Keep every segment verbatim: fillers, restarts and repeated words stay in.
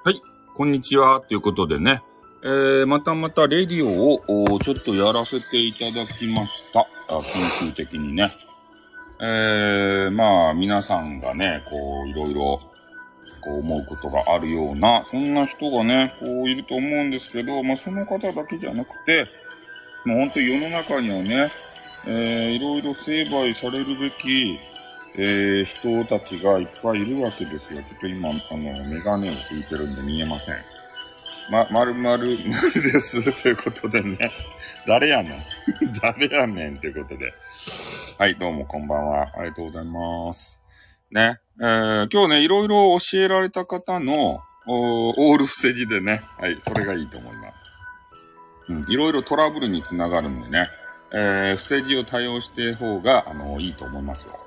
はい、こんにちは。ということでね、えー、またまたレディオをちょっとやらせていただきました。緊急的にね。えー、まあ皆さんがね、こういろいろこう思うことがあるような、そんな人がね、こういると思うんですけど、まあその方だけじゃなくて、もう本当に世の中にはね、えー、いろいろ成敗されるべき、えー、人たちがいっぱいいるわけですよ。ちょっと今、あの、メガネを拭いてるんで見えません。ま、まるまる、まるです。ということでね。誰やねん。誰やねん。ということで。はい、どうもこんばんは。ありがとうございます。ね。えー、今日ね、いろいろ教えられた方の、オール伏せ字でね。はい、それがいいと思います。うん、いろいろトラブルにつながるんでね。えー、伏せ字を多用して方が、あの、いいと思いますよ。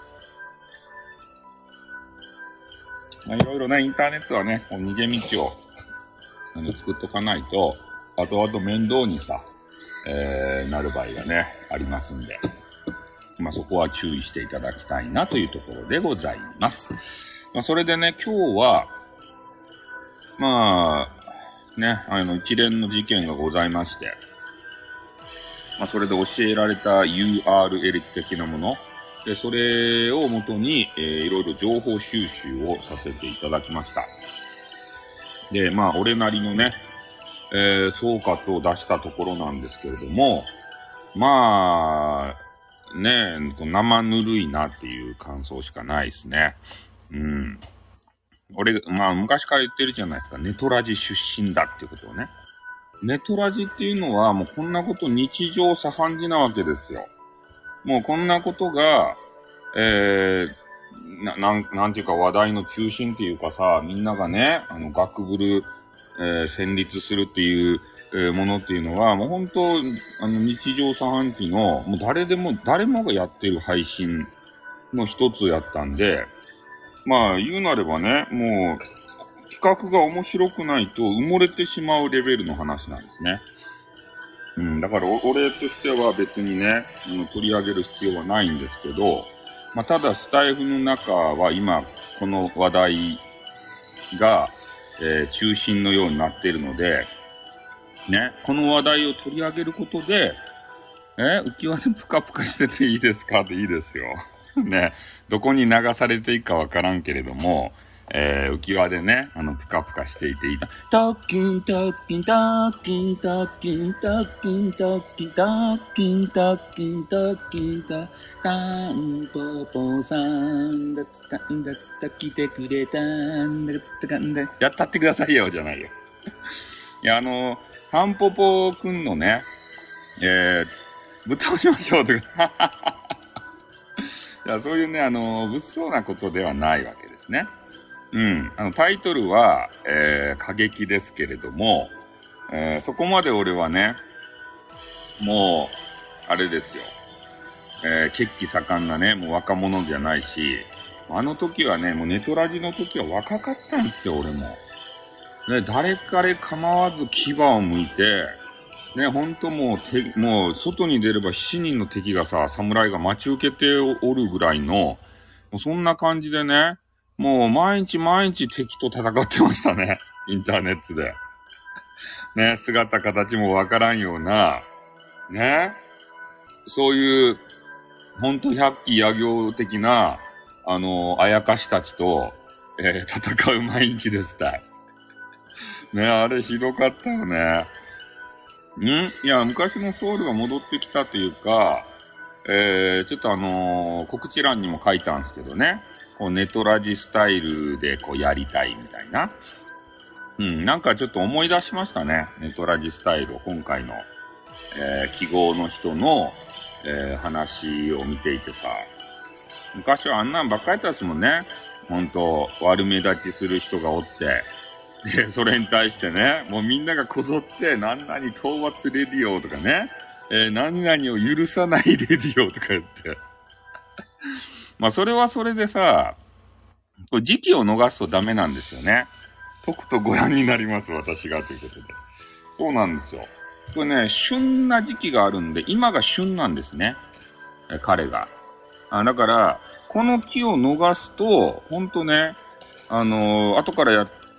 まあ、いろいろね、インターネットはね、逃げ道をあの作っとかないと、後々面倒にさ、えー、なる場合がね、ありますんで、まあ、そこは注意していただきたいなというところでございます。まあ、それでね、今日は、まあ、ね、あの、一連の事件がございまして、まあ、それで教えられた ユーアールエル 的なもの、で、それをもとに、えー、いろいろ情報収集をさせていただきました。で、まあ、俺なりのね、えー、総括を出したところなんですけれども、まあ、ね、生ぬるいなっていう感想しかないですね。うん。俺、まあ、昔から言ってるじゃないですか。ネトラジ出身だっていうことをね。ネトラジっていうのはもうこんなこと日常茶飯事なわけですよ。もうこんなことが、えー、な、なん、なんていうか話題の中心っていうかさ、みんながね、あの、ガクブル、えー、戦慄するっていう、えー、ものっていうのは、もう本当、あの、日常茶飯事の、もう誰でも、誰もがやってる配信の一つやったんで、まあ、言うなればね、もう、企画が面白くないと埋もれてしまうレベルの話なんですね。うん、だから俺としては別にね、取り上げる必要はないんですけど、まあ、ただスタイフの中は今、この話題が、えー、中心のようになっているので、ね、この話題を取り上げることで、え、浮き輪でプカプカしてていいですかっていいですよ。ね、どこに流されていいかわからんけれども、えー、浮き輪でね、あの、ぷかぷかしていていい。トッキントッキントッキントッキントッキントッキントッキントッキントッキントタンポポさんだつたんだつた来てくれたんだつたかんだ。やったってくださいよ、じゃないよ。いや、あの、タンポポくんのね、えー、豚をしましょうとか。いや、そういうね、あの、物騒なことではないわけですね。うん。あの、タイトルは、えー、過激ですけれども、えー、そこまで俺はね、もう、あれですよ。えー、血気盛んなね、もう若者じゃないし、あの時はね、もうネトラジの時は若かったんですよ、俺も。ね、誰彼構わず牙を向いて、ね、ほんともう、て、もう、外に出れば七人の敵がさ、侍が待ち受けておるぐらいの、もうそんな感じでね、もう毎日毎日敵と戦ってましたね。インターネットで。ね、姿形もわからんような、ね、そういう、ほんと百鬼夜行的な、あの、あやかしたちと、えー、戦う毎日ですたい。ね、あれひどかったよね。んいや、昔のソウルが戻ってきたというか、えー、ちょっとあのー、告知欄にも書いたんですけどね、こうネトラジスタイルでこうやりたいみたいな。うん、なんかちょっと思い出しましたね。ネトラジスタイルを今回の、えー、記号の人の、えー、話を見ていてさ、昔はあんなんばっかりやったですもんね。ほんと、悪目立ちする人がおって、で、それに対してね、もうみんながこぞって、何々討伐レディオとかね、えー、何々を許さないレディオとか言って。まあ、それはそれでさ、これ時期を逃すとダメなんですよね。とくとご覧になります、私が、ということで。そうなんですよ。これね、旬な時期があるんで、今が旬なんですね。え彼が。あ、だから、この木を逃すと、ほんとね、あのー、後からやって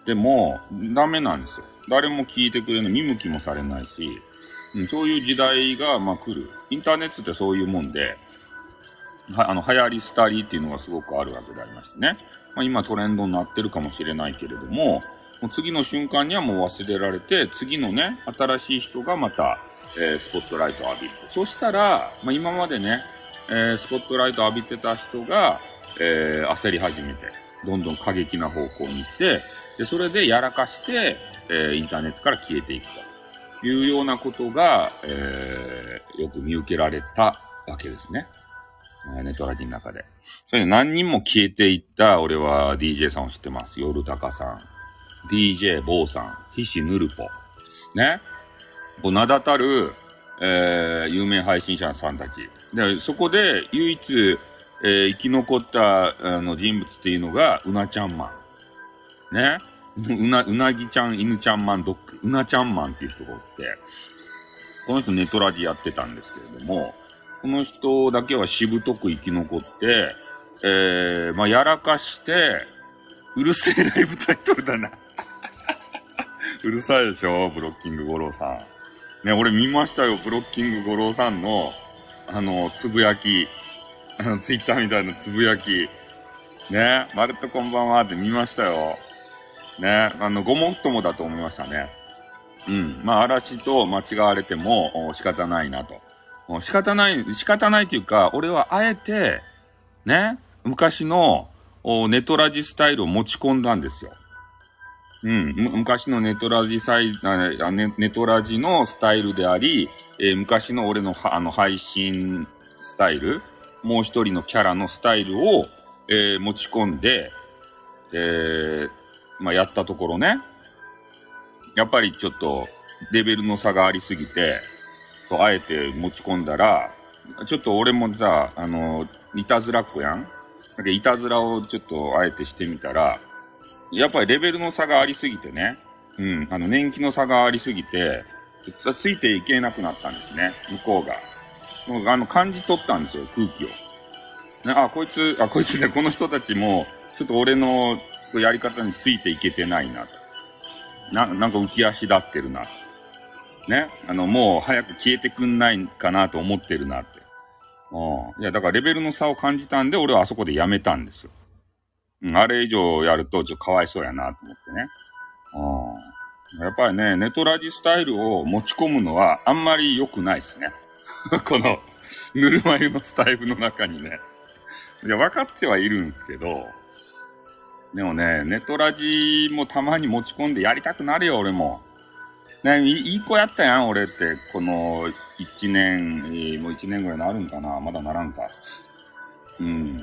ってもダメなんですよ。誰も聞いてくれない、見向きもされないし、うん、そういう時代が、まあ来る。インターネットってそういうもんで、は、あの、流行り廃りっていうのがすごくあるわけでありましてね。まあ今トレンドになってるかもしれないけれども、もう次の瞬間にはもう忘れられて、次のね、新しい人がまた、えー、スポットライトを浴びる。そしたら、まあ今までね、えー、スポットライトを浴びてた人が、えー、焦り始めて、どんどん過激な方向に行って、で、それでやらかして、えー、インターネットから消えていくというようなことが、えー、よく見受けられたわけですね。ネトラジの中で。それで何人も消えていった俺は ディージェー さんを知ってます。夜高さん、ディージェー 坊さん、ひしぬるぽ。ね。こう名だたる、えー、有名配信者さんたち。で、そこで唯一、えー、生き残ったあの人物っていうのが、うなちゃんマン。ね。うな、うなぎちゃん、犬ちゃんマンドッグ。うなちゃんマンっていう人がおって、この人ネトラジやってたんですけれども、この人だけはしぶとく生き残って、えー、まあ、やらかして、うるせえライブタイトルだな。うるさいでしょ、ブロッキング五郎さん。ね、俺見ましたよ、ブロッキング五郎さんの、あの、つぶやき。あの、ツイッターみたいなつぶやき。ね、まるっとこんばんはって見ましたよ。ね、あの、ごもっともだと思いましたね。うん。まあ、嵐と間違われても仕方ないなと。仕方ない、仕方ないというか、俺はあえて、ね、昔のネトラジスタイルを持ち込んだんですよ。うん。昔のネトラジサイ、ネ、ネトラジのスタイルであり、えー、昔の俺のあの配信スタイル、もう一人のキャラのスタイルを、えー、持ち込んで、えー、まあ、やったところね、やっぱりちょっとレベルの差がありすぎて、そう、あえて持ち込んだら、ちょっと俺もさ、あの、いたずらっ子やん？だけどいたずらをちょっとあえてしてみたら、やっぱりレベルの差がありすぎてね、うん、あの、年季の差がありすぎて、ついていけなくなったんですね、向こうが。もうあの、感じ取ったんですよ、空気を。ね、あ、こいつ、あ、こいつね、この人たちも、ちょっと俺のやり方についていけてないなと。な、なんか浮き足立ってるな。ね。あの、もう早く消えてくんないかなと思ってるなって。うん。いや、だからレベルの差を感じたんで、俺はあそこでやめたんですよ。うん。あれ以上やると、ちょっとかわいそうやなと思ってね。うん。やっぱりね、ネトラジスタイルを持ち込むのは、あんまり良くないですね。この、ぬるま湯のスタイルの中にね。いや、分かってはいるんですけど、でもね、ネトラジもたまに持ち込んでやりたくなるよ、俺も。ね、いいい子やったやん、俺って。この、一年、えー、もう一年ぐらいなるんかな、まだならんか。うん。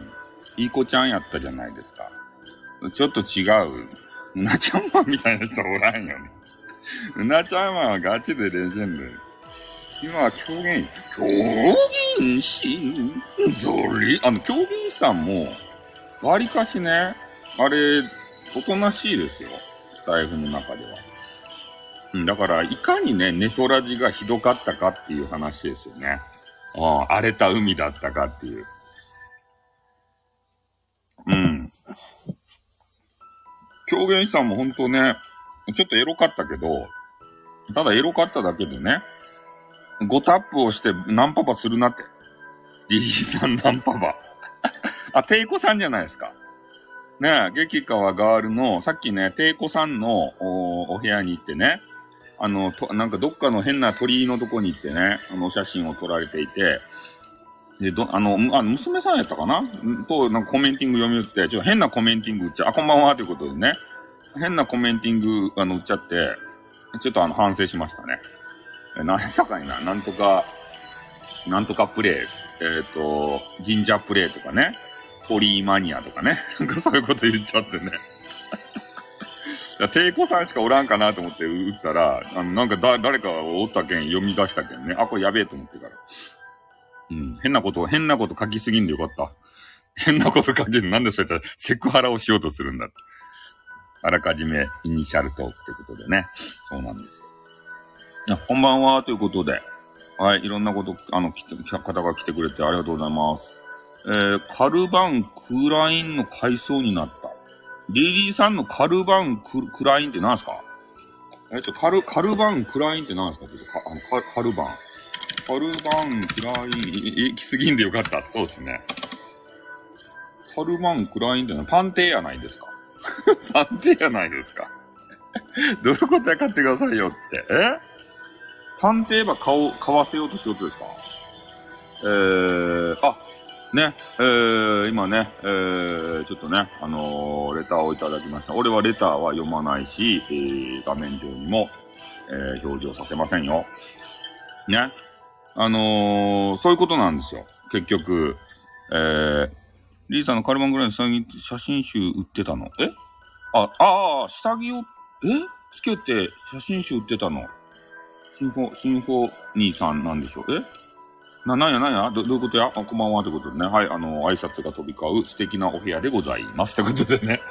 いい子ちゃんやったじゃないですか。ちょっと違う。うなちゃんマンみたいな人おらんよね。うなちゃんマンはガチでレジェンド。今は狂言、狂言師、ゾリ、あの、狂言師さんも、割かしね、あれ、おとなしいですよ。スタイフの中では。うん、だから、いかにね、ネトラジがひどかったかっていう話ですよね。ああ、荒れた海だったかっていう。うん。狂言師さんもほんとね、ちょっとエロかったけど、ただエロかっただけでね、ごタップをしてナンパパするなって。リリーさんナンパパ。あ、テイコさんじゃないですか。ねえ、激川ガールの、さっきね、テイコさんの お, お部屋に行ってね、あの、と、なんかどっかの変な鳥居のとこに行ってね、あの、写真を撮られていて、で、ど、あの、あ、娘さんやったかなと、なんかコメンティング読み打って、ちょっと変なコメンティング打っちゃ、あ、こんばんはということでね、変なコメンティング、あの、打っちゃって、ちょっとあの、反省しましたね。え、なんやったかいな、なんとか、なんとかプレイ、えっ、ー、と、神社プレイとかね、鳥居マニアとかね、なんかそういうこと言っちゃってね。テイコさんしかおらんかなと思って打ったら、あの、なんかだ、誰かおったけん読み出したけんね。あ、これやべえと思ってから。うん。変なこと、変なこと書きすぎんでよかった。変なこと書きんなんでそうやったらセクハラをしようとするんだって。あらかじめイニシャルトークということでね。そうなんですよ。いや、こんばんはということで。はい。いろんなこと、あの、来て、方が来てくれてありがとうございます。えー、カルバンクーラインの階層になった。 リリーさんのカルバンククラインって何すか？えっと、カル、カルバンクラインって何すか？ちょっとかあのカ、カルバン。カルバンクライン、え、来すぎんでよかった。そうですね。カルバンクラインってのはパンテやないですか？パンテやないですか？どういうことやかってくださいよって。えパンテば買おう、買わせようとしようとですか？えー、あ、ね、えー、今ね、えー、ちょっとね、あのー、レターをいただきました。俺はレターは読まないし、えー、画面上にも、えー、表示をさせませんよ。ね。あのー、そういうことなんですよ。結局、えー、リーさんのカルバングラインの下着写真集売ってたの？えあ、ああ、下着を、えつけて写真集売ってたの？シンフォ、シンフォニーさんなんでしょう？えな、なんやなんやど、どういうことやあ、こんばんはということでね。はい、あの、挨拶が飛び交う素敵なお部屋でございます。ということでね。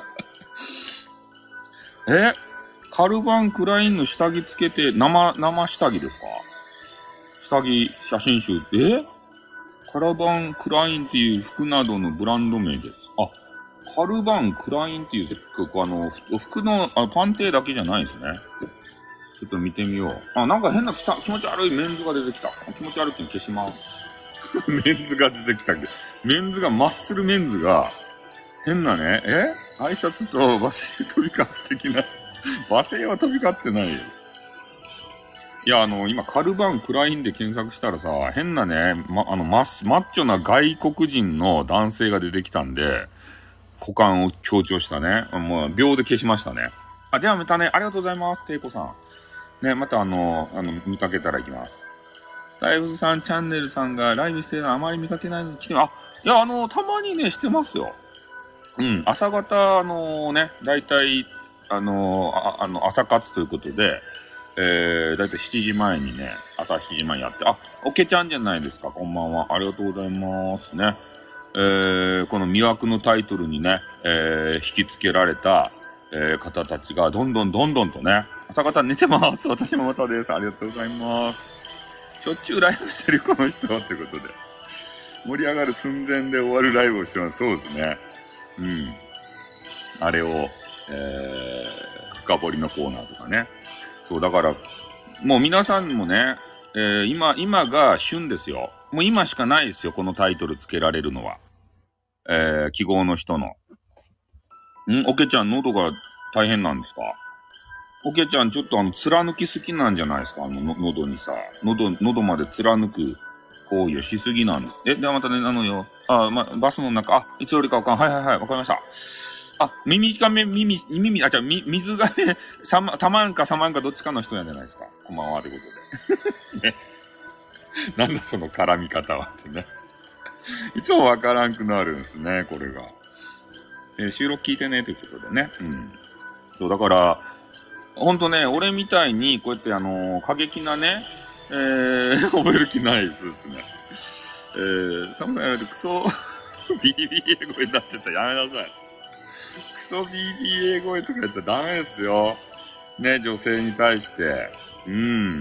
えカルバンクラインの下着つけて、生、生下着ですか？下着、写真集、えカルバンクラインっていう服などのブランド名です。あ、カルバンクラインっていう服、あの、服の、あ、パンテーだけじゃないですね。ちょっと見てみよう。あ、なんか変な気持ち悪いメンズが出てきた。気持ち悪いって消します。メンズが出てきたけど。メンズが、マッスルメンズが、変なね、え挨拶と罵声飛び交う素敵な。罵声は飛び交ってないよ。いや、あの、今、カルバンクラインで検索したらさ、変なね、ま、あの、マス、マッチョな外国人の男性が出てきたんで、股間を強調したね。もう、秒で消しましたね。あ、ではまたね、ありがとうございます、テイコさん。ね、またあの、あの、見かけたら行きます。スタイフズさんチャンネルさんがライブしてるのあまり見かけないのに来て、あ、いや、あの、たまにね、してますよ。うん、朝方、あのね、だいたい、あの、あ、あの、朝活ということで、えー、だいたいしちじまえにね、朝しちじまえやって、あ、オケちゃんじゃないですか、こんばんは。ありがとうございますね。えー、この魅惑のタイトルにね、えー、引き付けられた、えー、方たちがどんどんどんどんとね、朝方寝てます。私もまたです。ありがとうございます。しょっちゅうライブしてるこの人ってことで。盛り上がる寸前で終わるライブをしてます。そうですね。うん。あれを、えー、深掘りのコーナーとかね。そう、だから、もう皆さんもね、えー、今、今が旬ですよ。もう今しかないですよ、このタイトルつけられるのは。えー、記号の人の。んおけちゃん、喉が大変なんですか？おけちゃん、ちょっとあの、貫き好きなんじゃないですか？あの、の喉にさ、喉、喉まで貫く行為をしすぎなんです。え、ではまたね、あのよ、あ、ま、バスの中、あ、いつよりかわかん、はいはいはい、わかりました。あ、耳がめ、耳、耳、あ、じゃみ、水がね、さま、たまんかさまんかどっちかの人やじゃないですか。こんばんは、ということで。ね。なんだその絡み方はってね。いつもわからんくなるんですね、これが。えー、収録聞いてね、ということでね。うん。そう、だから、ほんとね、俺みたいに、こうやってあのー、過激なね、えー、覚える気ないですですね。えー、サムライでクソ、ビービーエー 声になってたらやめなさい。クソ ビービーエー 声とか言ったらダメですよ。ね、女性に対して。うん。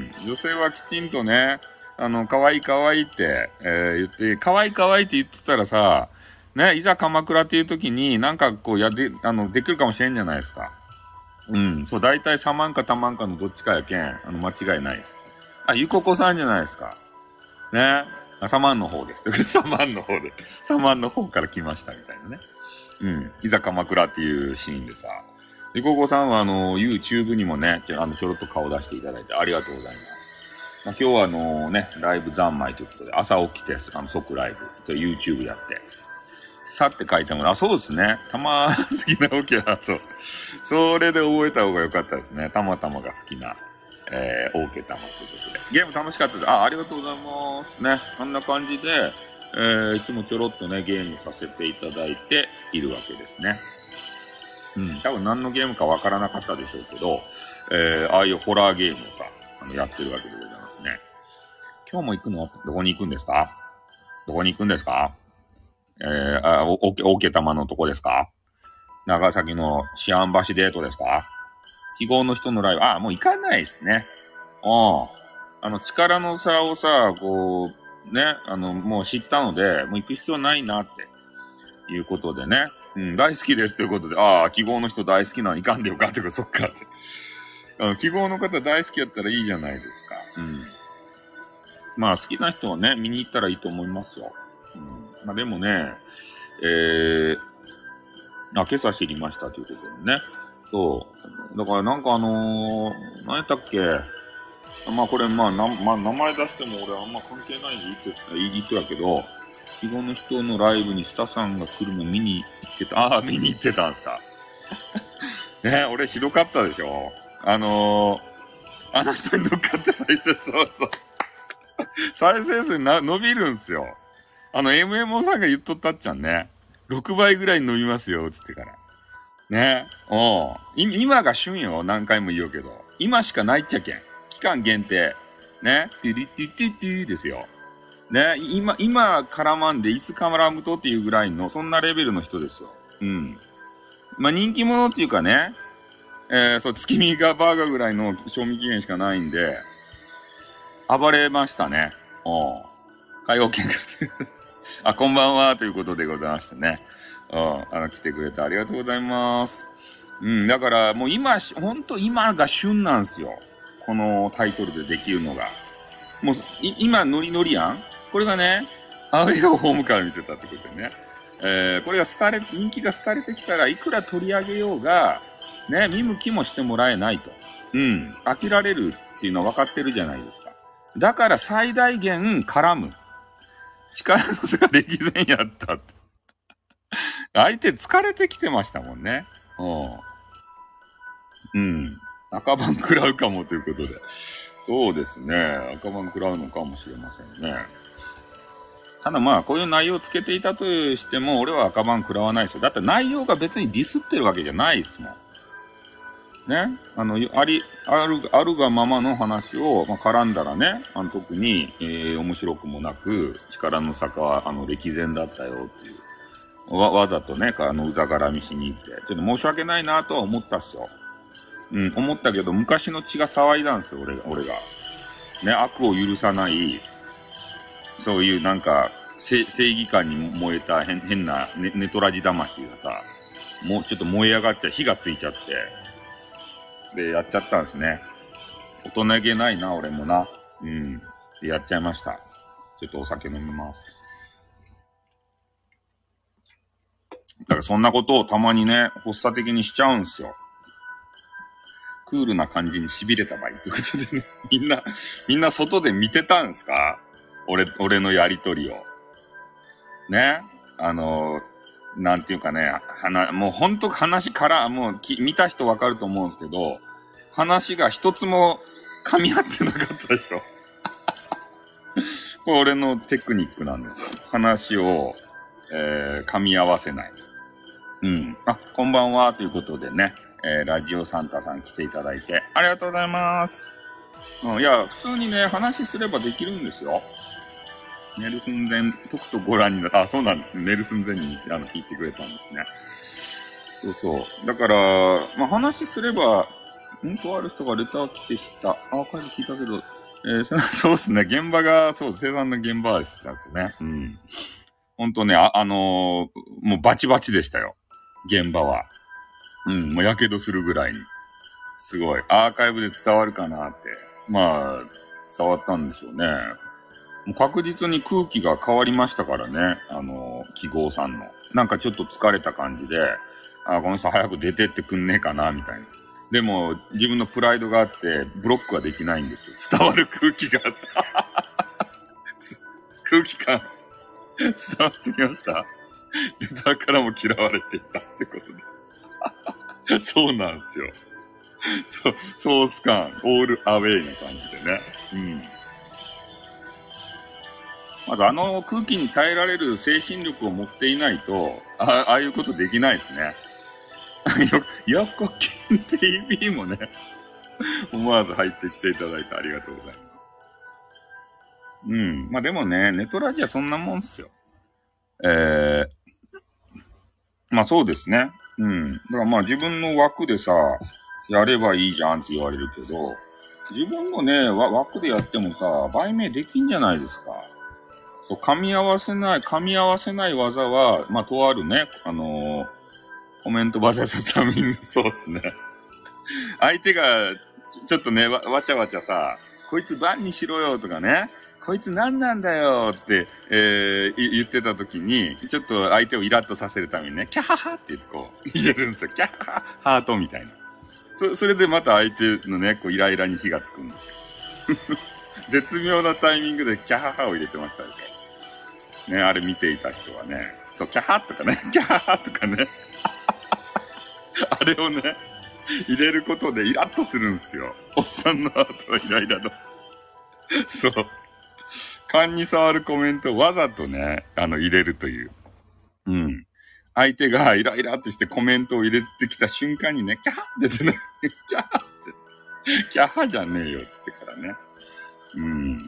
女性はきちんとね、あの、可愛い可愛いって、えー、言って、可愛い可愛いって言ってたらさ、ね、いざ鎌倉っていう時に、なんかこう、やで、あの、できるかもしれんじゃないですか。うん。そう、大体さまんかたまんかのどっちかやけん、あの、間違いないです。あ、ゆここさんじゃないですか。ね。あ、さまんの方です。さまんの方で。さまんの方から来ましたみたいなね。うん。いざ鎌倉っていうシーンでさ。ゆここさんはあの、YouTube にもね、ちょ、あの、ちょろっと顔出していただいてありがとうございます。まあ、今日はあのね、ライブ三昧ということで、朝起きて、あの、即ライブと YouTube やって。さって書いてもらう。あ、そうですね。たま好きなオケは、そう。それで覚えた方が良かったですね。たまたまが好きな、えー、オーケーたまということで。ゲーム楽しかったです。あ、ありがとうございますね。あんな感じで、えー、いつもちょろっとね、ゲームさせていただいているわけですね。うん、多分何のゲームかわからなかったでしょうけど、えー、ああいうホラーゲームをさ、あの、やってるわけでございますね。今日も行くの？どこに行くんですか？どこに行くんですか？えー、あ、お、おけ、おけたまのとこですか？長崎のシアン橋デートですか？記号の人のライブ、あ、もう行かないですね。うん。あの、力の差をさ、こう、ね、あの、もう知ったので、もう行く必要ないなっていうことでね。 うん、大好きですということで、ああ、記号の人大好きなのいかんでよかってか、そっかって。あの、記号の方大好きやったらいいじゃないですか。うん。まあ、好きな人はね、見に行ったらいいと思いますよ。うん。まあ、でもね、えー、あ、今朝知りましたということでね。そう。だからなんかあのー、何やったっけ。まあこれ、まあ、な、まあ名前出しても俺あんま関係ないんで言ってた、言ってたけど、記号の人のライブにスタさんが来るの見に行ってた。ああ、見に行ってたんですか。ね、俺ひどかったでしょ。あのー、あの人に乗っかって再生、そうそう。再生数な、伸びるんすよ。あの、エムエムオー さんが言っとったっちゃんね。ろくばいぐらい伸びますよ、つってから。ね。おう。今が旬よ、何回も言うけど。今しかないっちゃけん。期間限定。ね。ティリティティティですよ。ね。今、今絡まんでいつ絡むとっていうぐらいの、そんなレベルの人ですよ。うん。まあ、人気者っていうかね、えー、そう、月見がバーガーぐらいの賞味期限しかないんで、暴れましたね。おう。海洋見学。あ、こんばんは、ということでございましてね。うん、あの、来てくれてありがとうございます。うん、だからもう今、ほんと今が旬なんですよ。このタイトルでできるのが。もう、今ノリノリやん。これがね、アウェイをホームから見てたってことでね。えー、これが廃れ、人気が廃れてきたらいくら取り上げようが、ね、見向きもしてもらえないと。うん。飽きられるっていうのは分かってるじゃないですか。だから最大限絡む。力の差ができぜんやったって。相手疲れてきてましたもんね。うん。うん。赤番食らうかもということで。そうですね。赤番食らうのかもしれませんね。ただまあ、こういう内容をつけていたとしても、俺は赤番食らわないですよ。だって内容が別にディスってるわけじゃないですもん。ね。あの、あり、ある、あるがままの話を、まあ、絡んだらね、あの、特に、えー、面白くもなく、力の差は、あの、歴然だったよっていう。わ、わざとね、あの、うざがらみしに行って、ちょっと申し訳ないなとは思ったっすよ。うん、思ったけど、昔の血が騒いだんですよ、俺が、俺が。ね、悪を許さない、そういうなんか、正義感に燃えた変変なネネトラジ魂がさ、もうちょっと燃え上がっちゃ、火がついちゃって、で、やっちゃったんですね。大人げないな、俺もな。うん。で、やっちゃいました。ちょっとお酒飲みます。だからそんなことをたまにね、発作的にしちゃうんすよ。クールな感じに痺れた場合ってことでね。みんな、みんな外で見てたんすか？俺、俺のやりとりを。ね。あの、なんていうかね、話、もうほんと話から、もうき見た人わかると思うんですけど、話が一つも噛み合ってなかったでしょ。これ俺のテクニックなんですよ。話を、えー、噛み合わせない。うん。あ、こんばんは、ということでね、えー、ラジオサンタさん来ていただいて、ありがとうございます。うん、いや、普通にね、話すればできるんですよ。寝る寸前、とくとご覧になった。あ、そうなんですね。寝る寸前に、あの、聞いてくれたんですね。そうそう。だから、まあ、話すれば、んとある人がレター来てした。アーカイブ聞いたけど、えー、そうですね。現場が、そう、生産の現場でしたんですよね。うん。ほんとね、あ、あのー、もうバチバチでしたよ。現場は。うん、もう火傷するぐらいに。すごい。アーカイブで伝わるかなって。まあ、伝わったんでしょうね。もう確実に空気が変わりましたからね。あの、記号さんの。なんかちょっと疲れた感じで、あ、この人早く出てってくんねえかな、みたいな。でも、自分のプライドがあって、ブロックはできないんですよ。伝わる空気が。空気感、伝わってきました。レターからも嫌われていたってことで。そうなんですよ。そう、ソース感、オールアウェイな感じでね。うん。まずあの空気に耐えられる精神力を持っていないと、ああ、ああいうことできないですね。よ、やっこきん ティーブイ もね、思わず入ってきていただいてありがとうございます。うん。まあでもね、ネトラジはそんなもんっすよ。えー、まあそうですね。うん。だからまあ自分の枠でさ、やればいいじゃんって言われるけど、自分のね、枠でやってもさ、売名できんじゃないですか。そう、噛み合わせない、噛み合わせない技は、まあ、とあるね、あのー、 コメントバザータイミング、そうですね。相手が、ちょっとね、わ、わちゃわちゃさ、こいつバンにしろよとかね、こいつ何なんだよって、えー、言ってた時に、ちょっと相手をイラッとさせるためにね、キャハハって言ってこう、入れるんですよ。キャハハ、ハートみたいな。そ、それでまた相手のね、こうイライラに火がつくんですよ。絶妙なタイミングでキャハハを入れてましたでしょ。ね、あれ見ていた人はね、そう、キャハとかね、キャハハとかね。あれをね、入れることでイラッとするんですよ。おっさんの後はイライラの。そう。勘に触るコメントをわざとね、あの、入れるという。うん。相手がイライラってしてコメントを入れてきた瞬間にね、キャハって言ってね、キャハって、キャハじゃねえよって言ってからね。うん。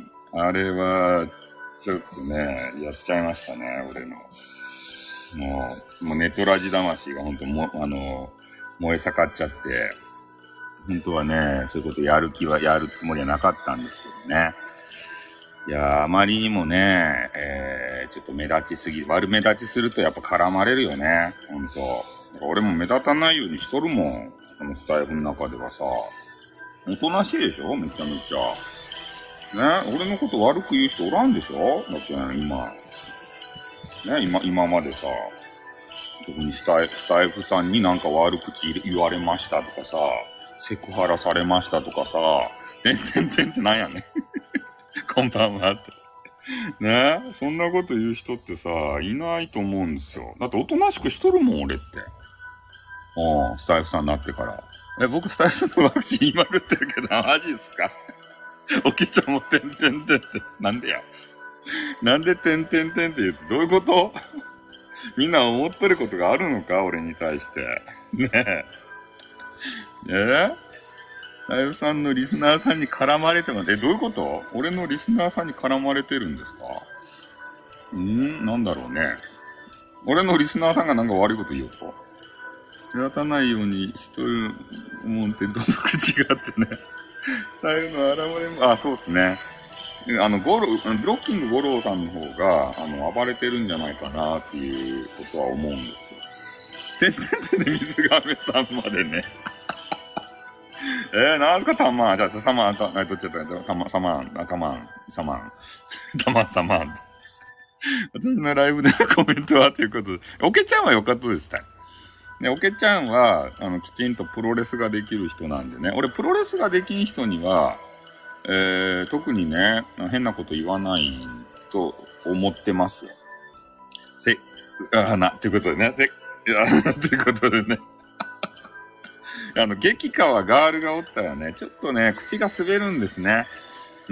あれは、ちょっとね、やっちゃいましたね、俺の。もう、もうネトラジ魂が本当も、あの、燃え盛っちゃって、本当はね、そういうことやる気は、やるつもりはなかったんですけどね。いやー、あまりにもね、えー、ちょっと目立ちすぎ、悪目立ちするとやっぱ絡まれるよね、ほんと。俺も目立たないようにしとるもん。このスタイフの中ではさ。おとなしいでしょめちゃめちゃ。ね、俺のこと悪く言う人おらんでしょだって今。ね、今、今までさ、特にスタイフ、スタイフさんになんか悪口言われましたとかさ、セクハラされましたとかさ、てんてんてんってなんやねん。こんばんはって。ねえ、そんなこと言う人ってさ、いないと思うんですよ。だっておとなしくしとるもん、俺って。うん、スタイフさんになってから。え、僕スタイフさんのワクチン言いまくってるけど、マジっすか？おきちゃんもてんてんてんって、なんでや？なんでてんてんてんって言って、どういうこと？みんな思ってることがあるのか？俺に対して。ねえ。えスタイフさんのリスナーさんに絡まれてます。え、どういうこと？俺のリスナーさんに絡まれてるんですか？んーなんだろうね。俺のリスナーさんがなんか悪いこと言おうと。目立たないようにしとるもんってどの口があってね。スタイルの現れも、あ、そうですね。あの、ゴロ、ブロッキング五郎さんの方が、あの、暴れてるんじゃないかなっていうことは思うんですよ。てんてんてんで水亀さんまでね。えー、なんすかたまん。じゃあ、サマン、え、どっちだったたま、サマン、カマン、サマン。たまん、サマン。私のライブでのコメントはということで、おけちゃんは良かったですね。ね、おけちゃんは、あの、きちんとプロレスができる人なんでね。俺、プロレスができん人には、えー、特にね、変なこと言わないと思ってますよ。せ、あな、ということでね、せ、あということでね。あの、激川ガールがおったらね、ちょっとね、口が滑るんですね。うん。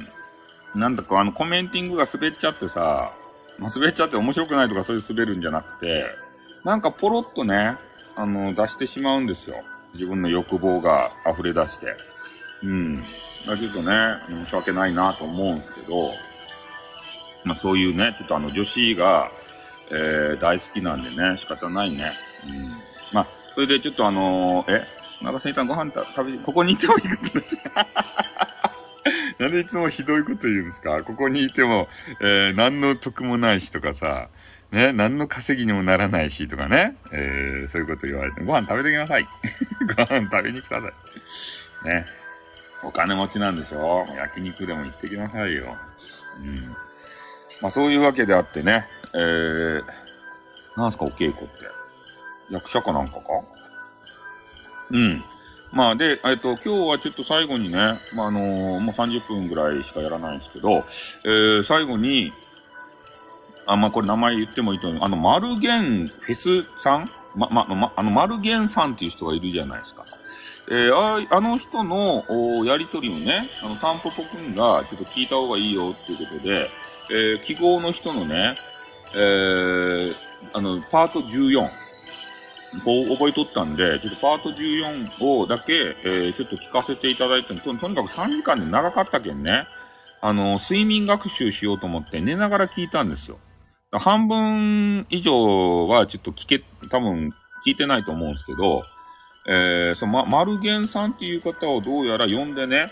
なんだかあの、コメンティングが滑っちゃってさ、まあ、滑っちゃって面白くないとかそういう滑るんじゃなくて、なんかポロッとね、あの、出してしまうんですよ。自分の欲望が溢れ出して。うん。だからちょっとね、申し訳ないなと思うんですけど、まあそういうね、ちょっとあの女子が、えー、大好きなんでね、仕方ないね。うん。まあ、それでちょっとあのー、え長瀬さんご飯食べ、ここにいてもいいことだし。なんでいつもひどいこと言うんですか？ここにいても、えー、何の得もないしとかさ、ね、何の稼ぎにもならないしとかね、えー、そういうこと言われて、ご飯食べてきなさい。ご飯食べに来たさい。ね。お金持ちなんでしょ？焼肉でも行ってきなさいよ。うん。まあそういうわけであってね、えー、なんすかお稽古って。役者かなんかか？うん。まあで、えっと、今日はちょっと最後にね、まああのー、もうさんじゅっぷんぐらいしかやらないんですけど、えー、最後に、あ、まあこれ名前言ってもいいと思う。あの、マルゲンフェスさんま、ま、ま、あの、マルゲンさんっていう人がいるじゃないですか。えー、あ、あの人の、やりとりをね、あの、タンポポくんがちょっと聞いた方がいいよっていうことで、えー、記号の人のね、えー、あの、パートじゅうよん。こう覚えとったんで、ちょっとパートじゅうよんをだけ、えー、ちょっと聞かせていただいてと、とにかくさんじかんで長かったけんね、あの、睡眠学習しようと思って寝ながら聞いたんですよ。半分以上はちょっと聞け、多分聞いてないと思うんですけど、えー、その、ま、マルゲンさんっていう方をどうやら呼んでね、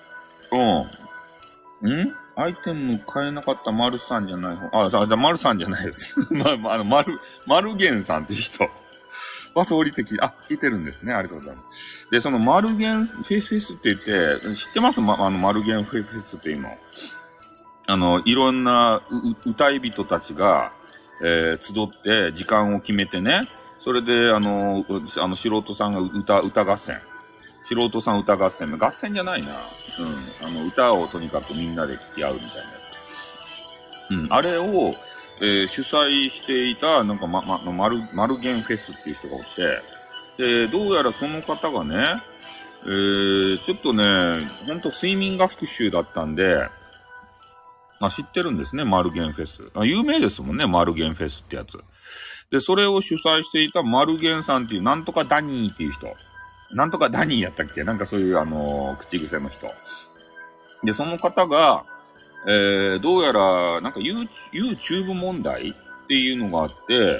うん。んアイテム買えなかったマルさんじゃない方、あ、じゃあ、マルさんじゃないです。ま、ま、あの、マル、マルゲンさんっていう人。 パス降りてき、あ、聞いてるんですね。ありがとうございます。で、そのマルゲンフェスフェスって言って、知ってます？ま、あの、マルゲンフェスっていうの。あの、いろんな歌い人たちが、えー、集って時間を決めてね、それで、あの、あの、素人さんが歌、歌合戦。素人さん歌合戦。合戦じゃないな。うん。あの、歌をとにかくみんなで聴き合うみたいなやつ。うん。あれを、えー、主催していた、なんか、ま、ま、マル、マルゲンフェスっていう人がおって、で、どうやらその方がね、えー、ちょっとね、ほんと睡眠学習だったんで、あ、知ってるんですね、マルゲンフェス。あ、有名ですもんね、マルゲンフェスってやつ。で、それを主催していたマルゲンさんっていう、なんとかダニーっていう人。なんとかダニーやったっけ？なんかそういう、あのー、口癖の人。で、その方が、えー、どうやら、なんか YouTube 問題っていうのがあって、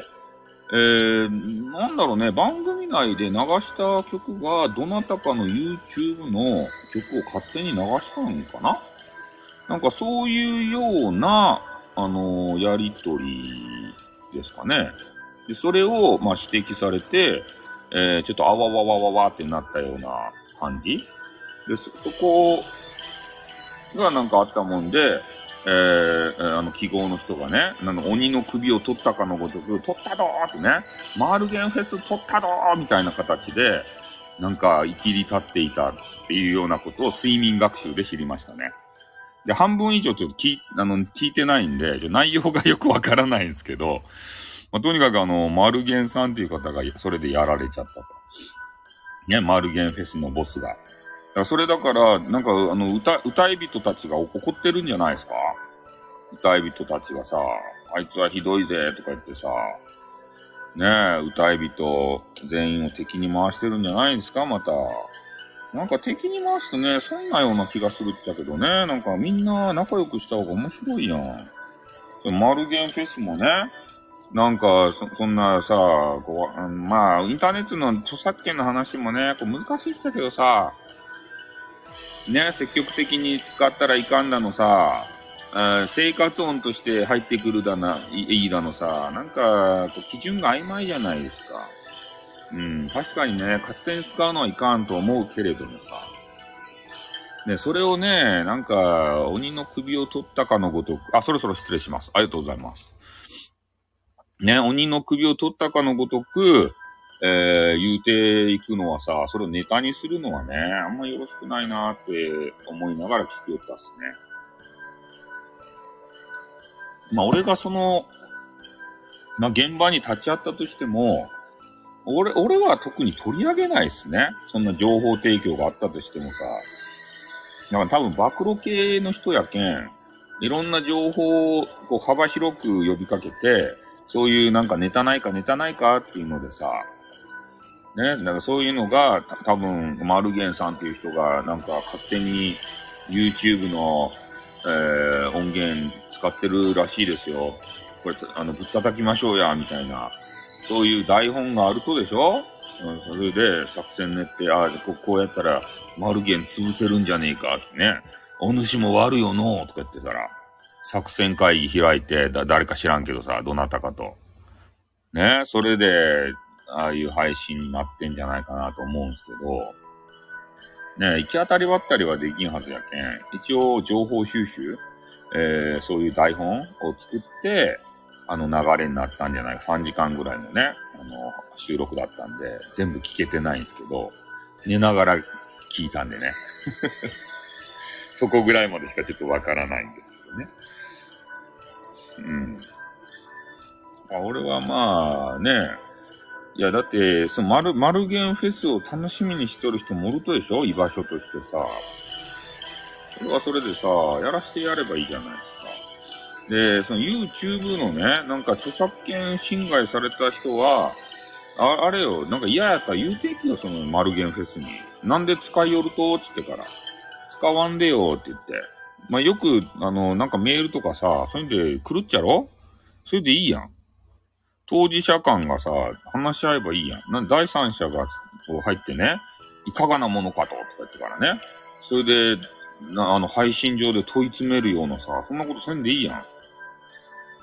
えー、なんだろうね、番組内で流した曲が、どなたかの YouTube の曲を勝手に流したのかな？なんかそういうような、あのー、やりとりですかね。で、それを、まあ、指摘されて、えー、ちょっとあわわわわわってなったような感じで、そ、そこがなんかあったもんで、えー、あの、記号の人がね、あの、鬼の首を取ったかのごとく、取ったどーってね、マールゲンフェス取ったどーみたいな形で、なんか、生きり立っていたっていうようなことを睡眠学習で知りましたね。で、半分以上ちょっと聞い、あの、聞いてないんで、内容がよくわからないんですけど、まあ、とにかくあの、マルゲンさんっていう方がそれでやられちゃったと。ね、マルゲンフェスのボスが。だからそれだから、なんかあの、歌、歌い人たちが怒ってるんじゃないですか？歌い人たちがさ、あいつはひどいぜとか言ってさ、ねえ、歌い人全員を敵に回してるんじゃないですか？また。なんか敵に回すとね、そんなような気がするっちゃけどね。なんかみんな仲良くした方が面白いやん。そのマルゲンフェスもね、なんかそ、そんなさ、こう、まあ、インターネットの著作権の話もね、こう難しいっちゃけどさ、ね、積極的に使ったらいかんだのさ、生活音として入ってくるだな、いいだのさ、なんか、こう基準が曖昧じゃないですか。うん、確かにね、勝手に使うのはいかんと思うけれどもさ。ね、それをね、なんか、鬼の首を取ったかのごとく、あ、そろそろ失礼します。ありがとうございます。ね、鬼の首を取ったかのごとく、えー、言うていくのはさ、それをネタにするのはね、あんまよろしくないなって思いながら聞きよったっすね。まあ、俺がその、まあ、現場に立ち会ったとしても、俺、俺は特に取り上げないっすね。そんな情報提供があったとしてもさ。だから多分暴露系の人やけん、いろんな情報をこう幅広く呼びかけて、そういうなんかネタないかネタないかっていうのでさ、ね、だからそういうのが多分、マルゲンさんっていう人がなんか勝手に YouTube の、えー、音源使ってるらしいですよ。これ、あの、ぶったたきましょうや、みたいな。そういう台本があるとでしょ？うん、それで作戦練って、ああ、ここうやったら、マルゲン潰せるんじゃねえかってね。お主も悪よのとか言ってたら、作戦会議開いて、だ、誰か知らんけどさ、どなたかと。ね、それで、ああいう配信になってんじゃないかなと思うんですけど、ね、行き当たりばったりはできんはずやけん。一応、情報収集、えー、そういう台本を作って、あの流れになったんじゃないか。さんじかんぐらいのね、あの、収録だったんで、全部聞けてないんですけど、寝ながら聞いたんでね。そこぐらいまでしかちょっとわからないんですけどね。うん。あ、俺はまあね、いやだって、そのマル、マルゲンフェスを楽しみにしとる人もおるとでしょ？居場所としてさ。それはそれでさ、やらしてやればいいじゃないですか。で、その YouTube のね、なんか著作権侵害された人は、ああれよ、なんか嫌やったら言うていくよ、そのマルゲンフェスに。なんで使いよるとつってから。使わんでよって言って。まあ、よく、あの、なんかメールとかさ、そういうんで来るっちゃろ？それでいいやん。当事者間がさ、話し合えばいいやん。なんで第三者がこう入ってね、いかがなものかと、とか言ってからね。それで、なあの、配信上で問い詰めるようなさ、そんなことせんでいいやん。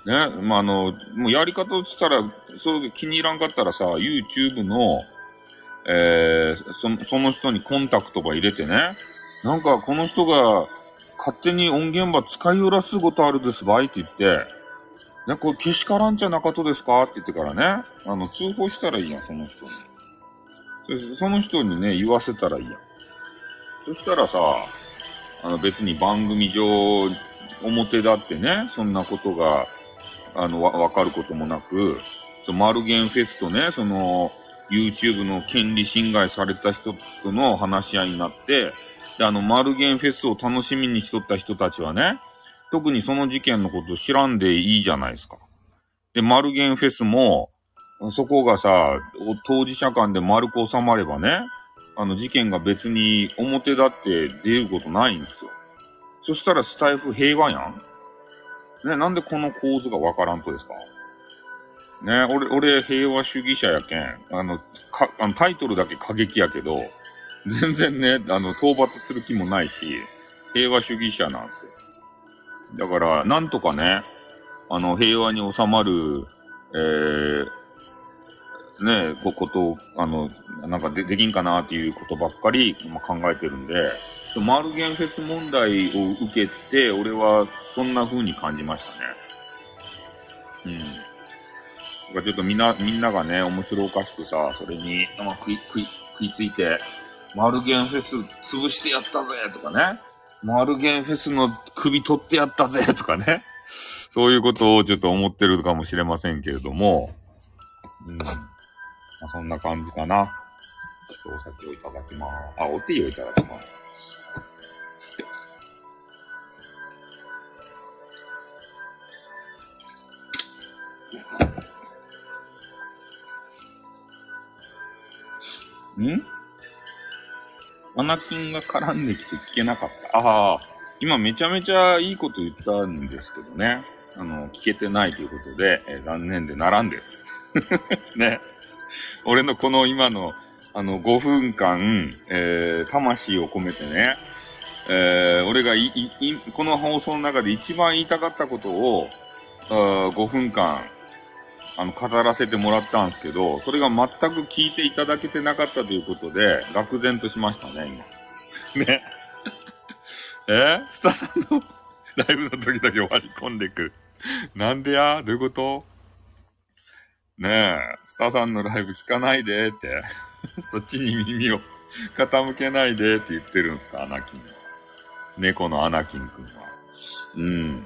ね、まあ、あの、もうやり方としたら、それ気に入らんかったらさ、YouTube の、えー、そ、その人にコンタクトば入れてね、なんかこの人が勝手に音源ば使いよらすことあるですばいって言って、ね、これけしからんちゃなかとですかって言ってからね、あの、通報したらいいやん、その人に。そ、その人にね、言わせたらいいやん。そしたらさ、あの別に番組上、表だってね、そんなことが、あの、わ、わかることもなく、そマルゲンフェスとね、その、YouTube の権利侵害された人との話し合いになって、で、あの、マルゲンフェスを楽しみにしとった人たちはね、特にその事件のこと知らんでいいじゃないですか。で、マルゲンフェスも、そこがさ、当事者間で丸く収まればね、あの事件が別に表だって出ることないんですよ。そしたらスタイフ平和やんね、なんでこの構図がわからんとですかね、俺、俺平和主義者やけん。あの、か、あのタイトルだけ過激やけど、全然ね、あの、討伐する気もないし、平和主義者なんですよ。だから、なんとかね、あの、平和に収まる、えー、ね、こ、ことを、あの、なんかで、できんかなっていうことばっかり、まあ、考えてるんで、マルゲンフェス問題を受けて、俺はそんな風に感じましたね。うん。ちょっとみんな、みんながね、面白おかしくさ、それに、まあ、食い、食い、食いついて、マルゲンフェス潰してやったぜとかね。マルゲンフェスの首取ってやったぜとかね。そういうことをちょっと思ってるかもしれませんけれども、うん。まあ、そんな感じかな。ちょっとお酒をいただきます。あ、おティーをいただきます。んアナキンが絡んできて聞けなかった。ああ、今めちゃめちゃいいこと言ったんですけどね。あの、聞けてないということで、えー、残念でならんです。ね。俺のこの今の、あの、ごふんかん、えー、魂を込めてね、えー、俺がい、い、この放送の中で一番言いたかったことを、ごふんかん、あの、語らせてもらったんですけど、それが全く聞いていただけてなかったということで、愕然としましたね、今。ね。えスタさんのライブの時だけ割り込んでくる。なんでやどういうことねえ、スタさんのライブ聞かないでって。そっちに耳を傾けないでって言ってるんですか、アナキンは。猫のアナキンくんは。うん。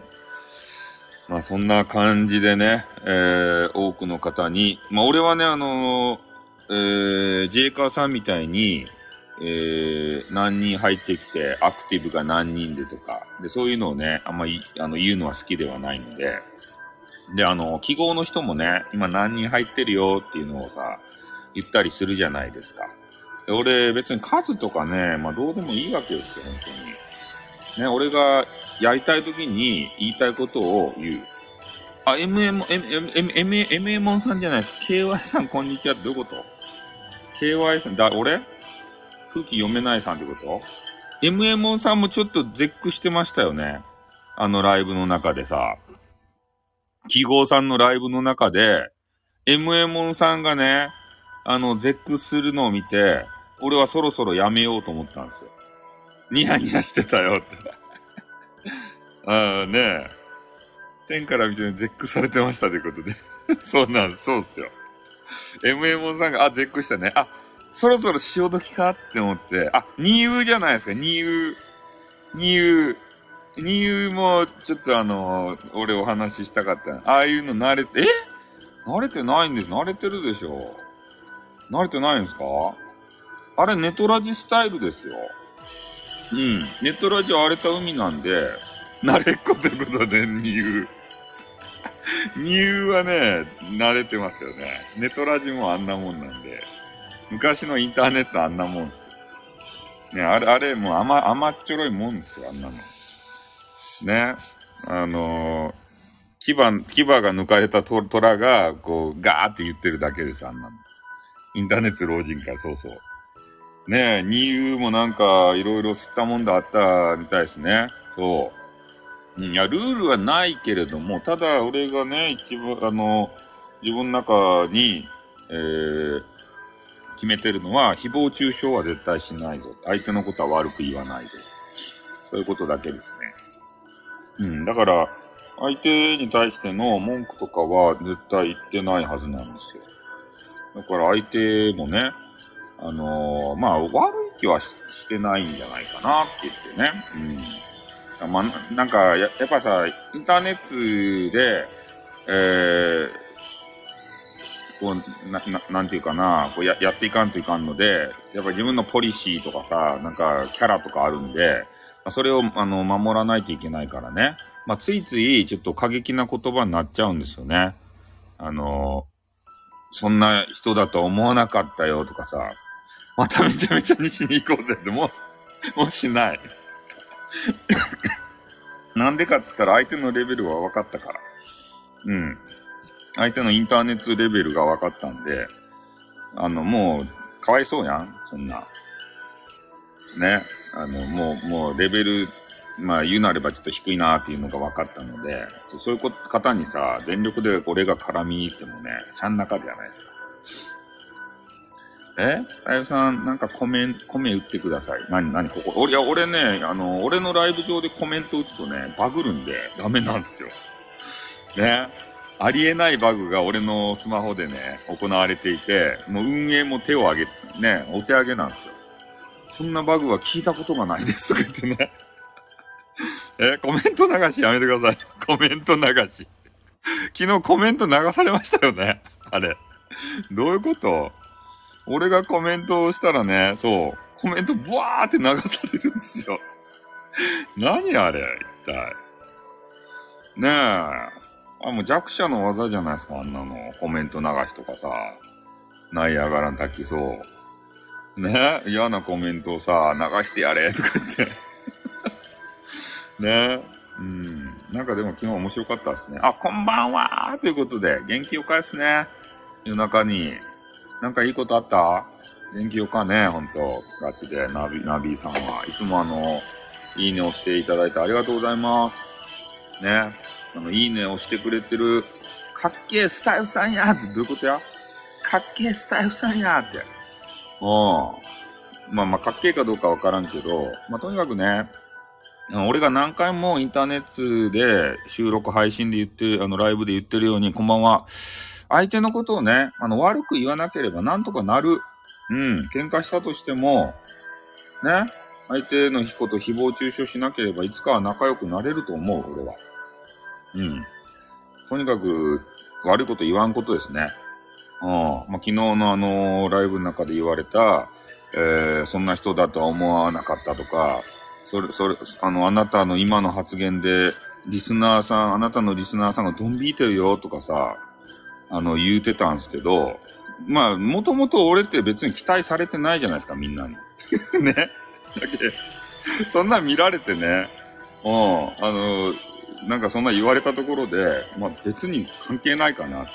まあそんな感じでね、えー、多くの方に、まあ俺はね、あのー、えー、ジェイカーさんみたいに、えー、何人入ってきて、アクティブが何人でとか、で、そういうのをね、あんまり、あの、言うのは好きではないので、で、あの、記号の人もね、今何人入ってるよっていうのをさ、言ったりするじゃないですか。で俺、別に数とかね、まあどうでもいいわけですよ、本当に。ね、俺がやりたい時に言いたいことを言う。あ、エムエム、エムエム、エムエム、エムエム さんじゃないです。ケーワイ さんこんにちはってどういうこと ?ケーワイ さん、だ、俺空気読めないさんってこと ?エムエム さんもちょっと絶句してましたよね。あのライブの中でさ。記号さんのライブの中で、エムエム さんがね、あの、絶句するのを見て、俺はそろそろやめようと思ったんですよ。ニヤニヤしてたよって。ああねえ。天から見て絶句されてましたということで。そうなんです、そうっすよ。エムエム さんが、あ、絶句したね。あ、そろそろ潮時かって思って、あ、ニーウーじゃないですか、ニーウー。ニーウー。ニーウーも、ちょっとあの、俺お話ししたかった。ああいうの慣れて、え慣れてないんです。慣れてるでしょ。慣れてないんですかあれ、ネトラジスタイルですよ。うん。ネトラジは荒れた海なんで、慣れっこということで、ニーウー。ニーウーはね、慣れてますよね。ネトラジもあんなもんなんで。昔のインターネットあんなもんですよ。ね、あれ、あれ、もう甘、甘っちょろいもんですよ、あんなの。ね。あのー、牙、牙が抜かれたトラが、こう、ガーって言ってるだけです、あんなの。インターネット老人会、そうそう。ねえ、ニーウーもなんか、いろいろ吸ったもんだあったみたいですね。そう。 うん、いや、ルールはないけれども、ただ俺がね、一番、あの、自分の中に、えー、決めてるのは、誹謗中傷は絶対しないぞ。相手のことは悪く言わないぞ。そういうことだけですね。うん、だから、相手に対しての文句とかは絶対言ってないはずなんですよ。だから相手もね、あのー、まあ、悪い気は し, してないんじゃないかなって言ってね。うん。まあ、なんかや、やっぱさ、インターネットで、えー、こう、な、ななんていうかな、こうや、やっていかんといかんので、やっぱ自分のポリシーとかさ、なんか、キャラとかあるんで、それを、あの、守らないといけないからね。まあ、ついつい、ちょっと過激な言葉になっちゃうんですよね。あの、そんな人だと思わなかったよとかさ、まためちゃめちゃ西に行こうぜってもう、もうしない。なんでかっつったら相手のレベルは分かったから。うん。相手のインターネットレベルが分かったんで、あの、もう、かわいそうやんそんな。ね。あの、もう、もう、レベル、まあ、言うなればちょっと低いなっていうのが分かったので、そういう方にさ、全力で俺が絡み入ってもね、ちゃん中じゃないですか。えあゆさん、なんかコメント、コメ打ってください。なになにここ。俺、いや、俺ね、あの、俺のライブ上でコメント打つとね、バグるんで、ダメなんですよ。ね。ありえないバグが俺のスマホでね、行われていて、もう運営も手を挙げ、ね、お手上げなんですよ。そんなバグは聞いたことがないですとか言ってね。え、コメント流しやめてください。コメント流し。昨日コメント流されましたよね。あれ。どういうこと？俺がコメントをしたらね、そう、コメントブワーって流されるんですよ。何あれ、一体。ねえ。あ、もう弱者の技じゃないですか、あんなの。コメント流しとかさ。ナイアガラの滝そう。ねえ、嫌なコメントをさ、流してやれ、とか言って。ねえ。うん。なんかでも昨日面白かったですね。あ、こんばんはーということで、元気を返すね。夜中に。なんかいいことあった？元気よかね、ほんと。ガチで、ナビ、ナビーさんは。いつもあの、いいねをしていただいてありがとうございます。ね。あの、いいねをしてくれてる、かっけースタイフさんやってどういうことや？かっけースタイフさんやって。うん。まあまあ、かっけーかどうかわからんけど、まあとにかくね、俺が何回もインターネットで収録配信で言って、あの、ライブで言ってるように、こんばんは。相手のことをね、あの、悪く言わなければなんとかなる。うん。喧嘩したとしても、ね。相手のことを誹謗中傷しなければいつかは仲良くなれると思う、俺は。うん。とにかく、悪いこと言わんことですね。うん。まあ、昨日のあの、ライブの中で言われた、えー、そんな人だとは思わなかったとか、それ、それ、あの、あなたの今の発言で、リスナーさん、あなたのリスナーさんがドン引いてるよとかさ、あの、言うてたんですけど、まあ、もともと俺って別に期待されてないじゃないですか、みんなに。ね。だけそんな見られてね、うん、あの、なんかそんな言われたところで、まあ別に関係ないかなって。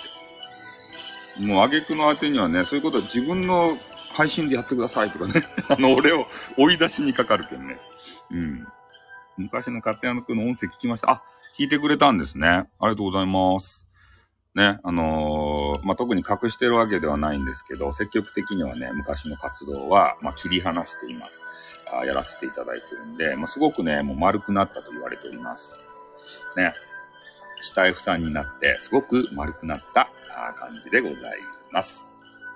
もう挙句の果てにはね、そういうことは自分の配信でやってくださいとかね。あの、俺を追い出しにかかるけんね。うん。昔の勝山くんの音声聞きました。あ、聞いてくれたんですね。ありがとうございます。ね、あのー、まあ、特に隠してるわけではないんですけど、積極的にはね、昔の活動は、まあ、切り離して今、あやらせていただいてるんで、まあ、すごくね、もう丸くなったと言われております。ね。スタイフさんになって、すごく丸くなった感じでございます。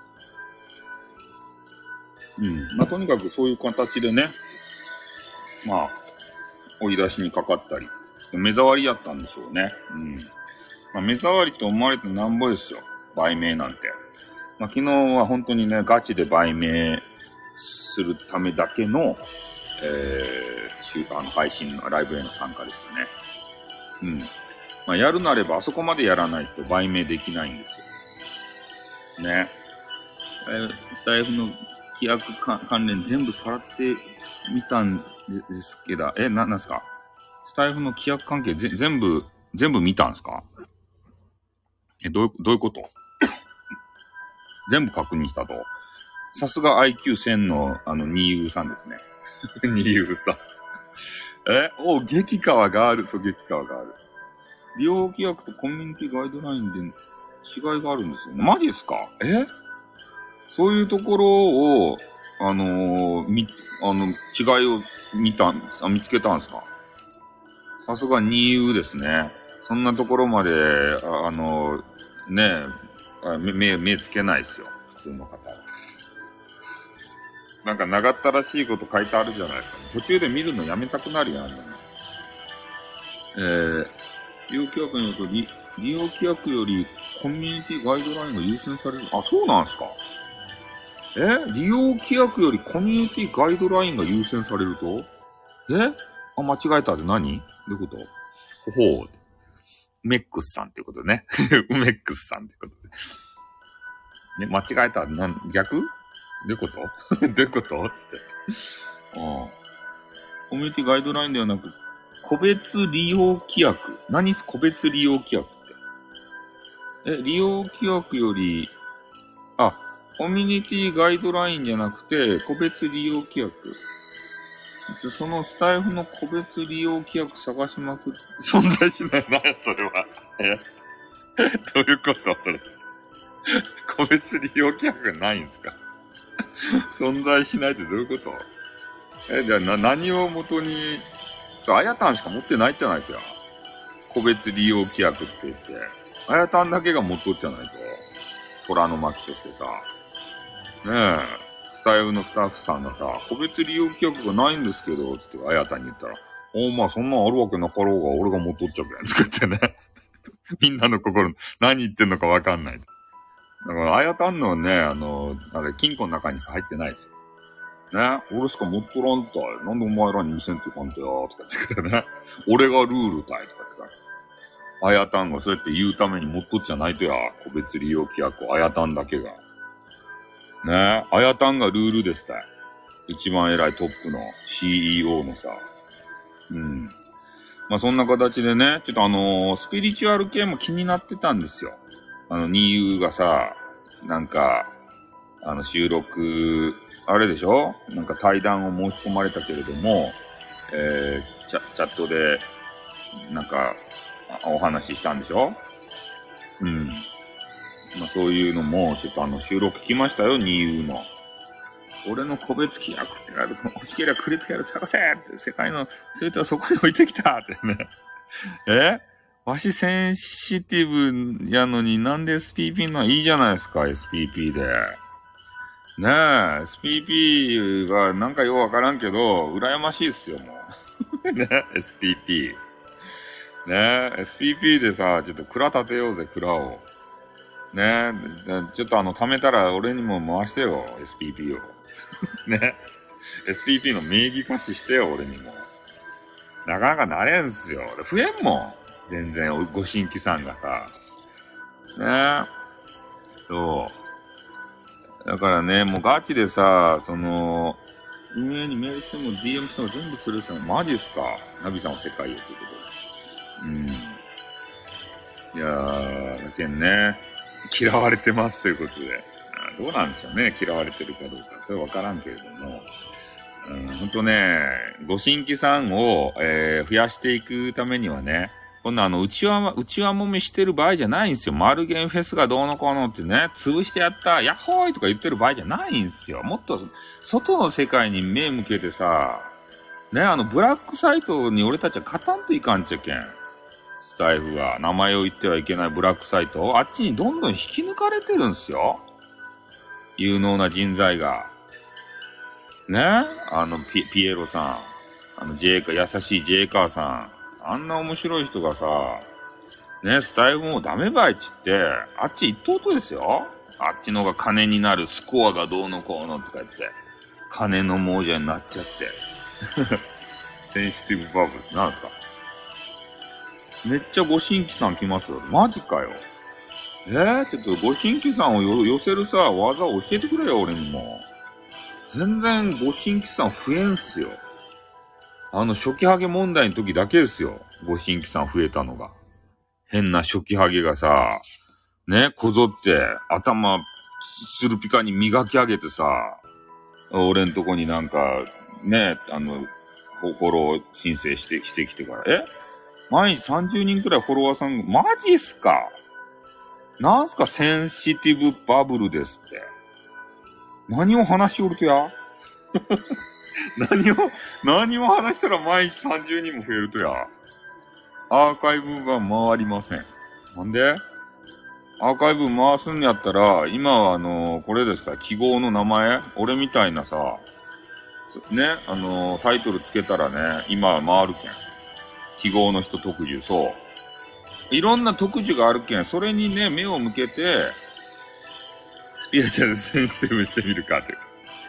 うん。まあ、とにかくそういう形でね、まあ、追い出しにかかったり、目障りやったんでしょうね。うん。まあ、目障りと思われてなんぼですよ。売名なんて。まあ、昨日は本当にね、ガチで売名するためだけの、えー、あの配信のライブへの参加でしたね。うん。まあ、やるなればあそこまでやらないと売名できないんですよ。ね。スタイフの規約関連全部さらってみたんですけど、え、な、なんすか？スタイフの規約関係ぜ全部、全部見たんですか？え、どういう、どういうこと全部確認したと。さすが アイキューせん の、あの、ニーユーさんですね。ニーユーさん。 えお、激川がある。そう、激川がある。利用規約とコミュニティガイドラインで違いがあるんですよね。マジですか？えそういうところを、あのー、み、あの、違いを見たんです、あ、見つけたんですか？さすがにゆうですね。そんなところまで、あ、あのー、ねえ、目、目つけないですよ。普通の方は。なんか長ったらしいこと書いてあるじゃないですか。途中で見るのやめたくなるやん、ね。えー、利用規約によると利、利用規約よりコミュニティガイドラインが優先される。あ、そうなんですか？え利用規約よりコミュニティガイドラインが優先されるとえあ、間違えたって何？どういうこと？ほほう。メックスさんっていうことね。メックスさんってことで。ね、間違えたなん、逆？どういうことどういうことつって。ああ。コミュニティガイドラインではなく、個別利用規約。何個別利用規約って。え、利用規約より、あ、コミュニティガイドラインじゃなくて、個別利用規約。そのスタイフの個別利用規約探しまくって、存在しないな、それは。えどういうことそれ。個別利用規約がないんですか？存在しないってどういうこと？え、じゃあな、何を元に、そう、あやたんしか持ってないじゃないかよ。個別利用規約って言って、あやたんだけが持っとっちゃないと。虎の巻としてさ。ねえ、スタイルのスタッフさんがさ、個別利用規約がないんですけど、つってあやたんに言ったら、おまあそんなんあるわけなかろうが、俺が持っとっちゃうけん、つってね。みんなの心、何言ってんのかわかんない。だから、あやたんのね、あの、あれ、金庫の中に入ってないですよ。ね、俺しか持っとらんたい。なんでお前らに見せんといかんとや、とか言ってくれね。俺がルールたい、とか言ってあやたんがそうやって言うために持っとっちゃないとや、個別利用規約をあやたんだけが。ね、あやたんがルールですたい。一番偉いトップの シーイーオー のさ。うん。まあ、そんな形でね、ちょっとあのー、スピリチュアル系も気になってたんですよ。あの、ニーユーがさ、なんか、あの、収録、あれでしょ？なんか対談を申し込まれたけれども、えー、チャ、チャットで、なんか、お話ししたんでしょ？うん。まあそういうのも、ちょっとあの、収録聞きましたよ、ニーユーの。俺の個別規約ってなると、欲しければくれてやる探せって、世界の全てをそこに置いてきたってね。えわしセンシティブやのになんで エスピーピー のいいじゃないですか、エスピーピー で。ねえ、エスピーピー がなんかようわからんけど、羨ましいっすよ、もう。ね、エスピーピー。ねえ、エスピーピー でさ、ちょっと蔵立てようぜ、蔵を。ねえ、ちょっとあの、貯めたら俺にも回してよ、エスピーピー を。ね。エスピーピー の名義貸ししてよ、俺にも。なかなかなれんすよ。増えんもん。全然、ご新規さんがさ。ねえ。そう。だからね、もうガチでさ、その、運営にメールしても ディーエム しても全部するさ、マジっすか？ナビさんは世界へということで。うん。いやー、だけんね、嫌われてますということで。どうなんでしょうね、嫌われてるかどうか。それはわからんけれども。うん、ほんとね、ご新規さんを、えー、増やしていくためにはね、こんなあの、うちわ、うちわもめしてる場合じゃないんですよ。マルゲンフェスがどうのこうのってね、潰してやった、ヤッホーイとか言ってる場合じゃないんですよ。もっと、外の世界に目向けてさ、ね、あの、ブラックサイトに俺たちは勝たんといかんちゃけん。スタイフが、名前を言ってはいけないブラックサイト、あっちにどんどん引き抜かれてるんですよ。有能な人材が。ね、あの、ピ、ピエロさん。あの、ジェイカ、優しいジェイカーさん。あんな面白い人がさ、ね、スタイルもうダメばいっちって、あっち一等とですよ。あっちのが金になるスコアがどうのこうのとか言って、金の亡者になっちゃって。センシティブバブルなんですか？めっちゃご新規さん来ますよ。マジかよ。えー、ちょっとご新規さんをよ寄せるさ、技を教えてくれよ、俺にも。全然ご新規さん増えんすよ。あの初期ハゲ問題の時だけですよ。ご新規さん増えたのが。変な初期ハゲがさ、ね、こぞって頭スルピカに磨き上げてさ、俺んとこになんか、ね、あの、 フォロー申請して、してきてから。え毎日さんじゅうにんくらいフォロワーさん、マジっすか？なんすかセンシティブバブルですって。何を話しおるとや何を、何を話したら毎日さんじゅうにんも増えるとや。アーカイブが回りません。なんで？アーカイブ回すんやったら、今はあのー、これですか、記号の名前？俺みたいなさ、ね、あのー、タイトルつけたらね、今は回るけん。記号の人特需、そう。いろんな特需があるけん、それにね、目を向けて、スピリチュアルセンシティブしてみるかって。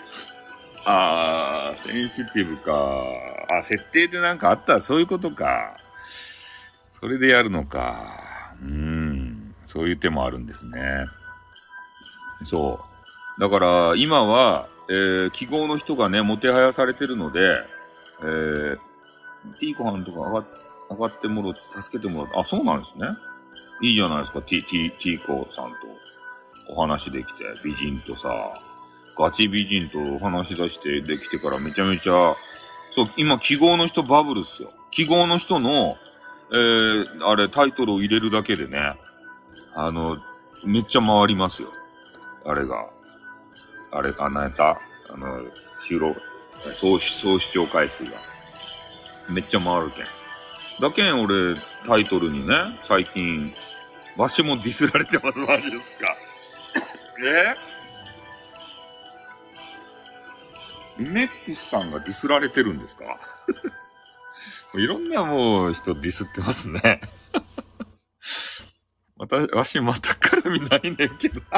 あー、センシティブか。あ、設定でなんかあったらそういうことか。それでやるのか。うーん。そういう手もあるんですね。そう。だから、今は、えー、記号の人がね、もてはやされてるので、えー、ティーコはんとか上が、上がってもらって、助けてもらって、あ、そうなんですね。いいじゃないですか、ティ、ティ、ティーコさんとお話できて、美人とさ、ガチ美人とお話し出してできてからめちゃめちゃ、そう、今記号の人バブルっすよ。記号の人の、えー、あれ、タイトルを入れるだけでね、あの、めっちゃ回りますよ。あれが。あれ、あ、なんやったあの、収録、総、総視聴回数が。めっちゃ回るけん。だけん俺、タイトルにね、最近、わしもディスられてます、マジですか。えリメックスさんがディスられてるんですかいろんなもう人ディスってますね。私、わし全く絡みないねんけど。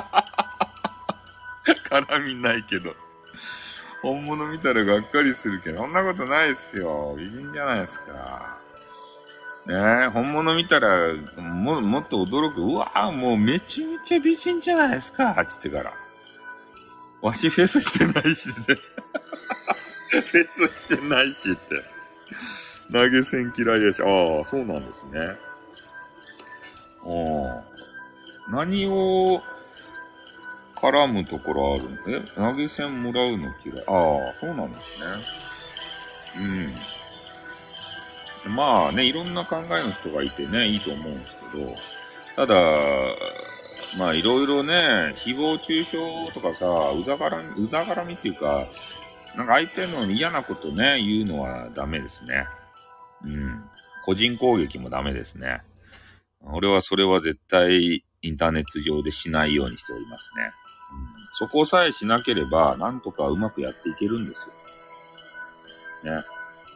絡みないけど。本物見たらがっかりするけど、そんなことないっすよ。美人じゃないですか。ねえ、本物見たら、も、もっと驚く。うわぁ、もうめちゃめちゃ美人じゃないですか。つってから。わしフェスしてないしって。フェスしてないしって。投げ銭嫌いやし。ああ、そうなんですね。ああ。何を絡むところあるの？え投げ銭もらうの嫌い。ああ、そうなんですね。うん。まあね、いろんな考えの人がいてね、いいと思うんですけど、ただ、まあいろいろね、誹謗中傷とかさ、うざがらみ、うざがらみっていうか、なんか相手の嫌なことね、言うのはダメですね。うん。個人攻撃もダメですね。俺はそれは絶対インターネット上でしないようにしておりますね。うん、そこさえしなければ、なんとかうまくやっていけるんですよ。ね。うん。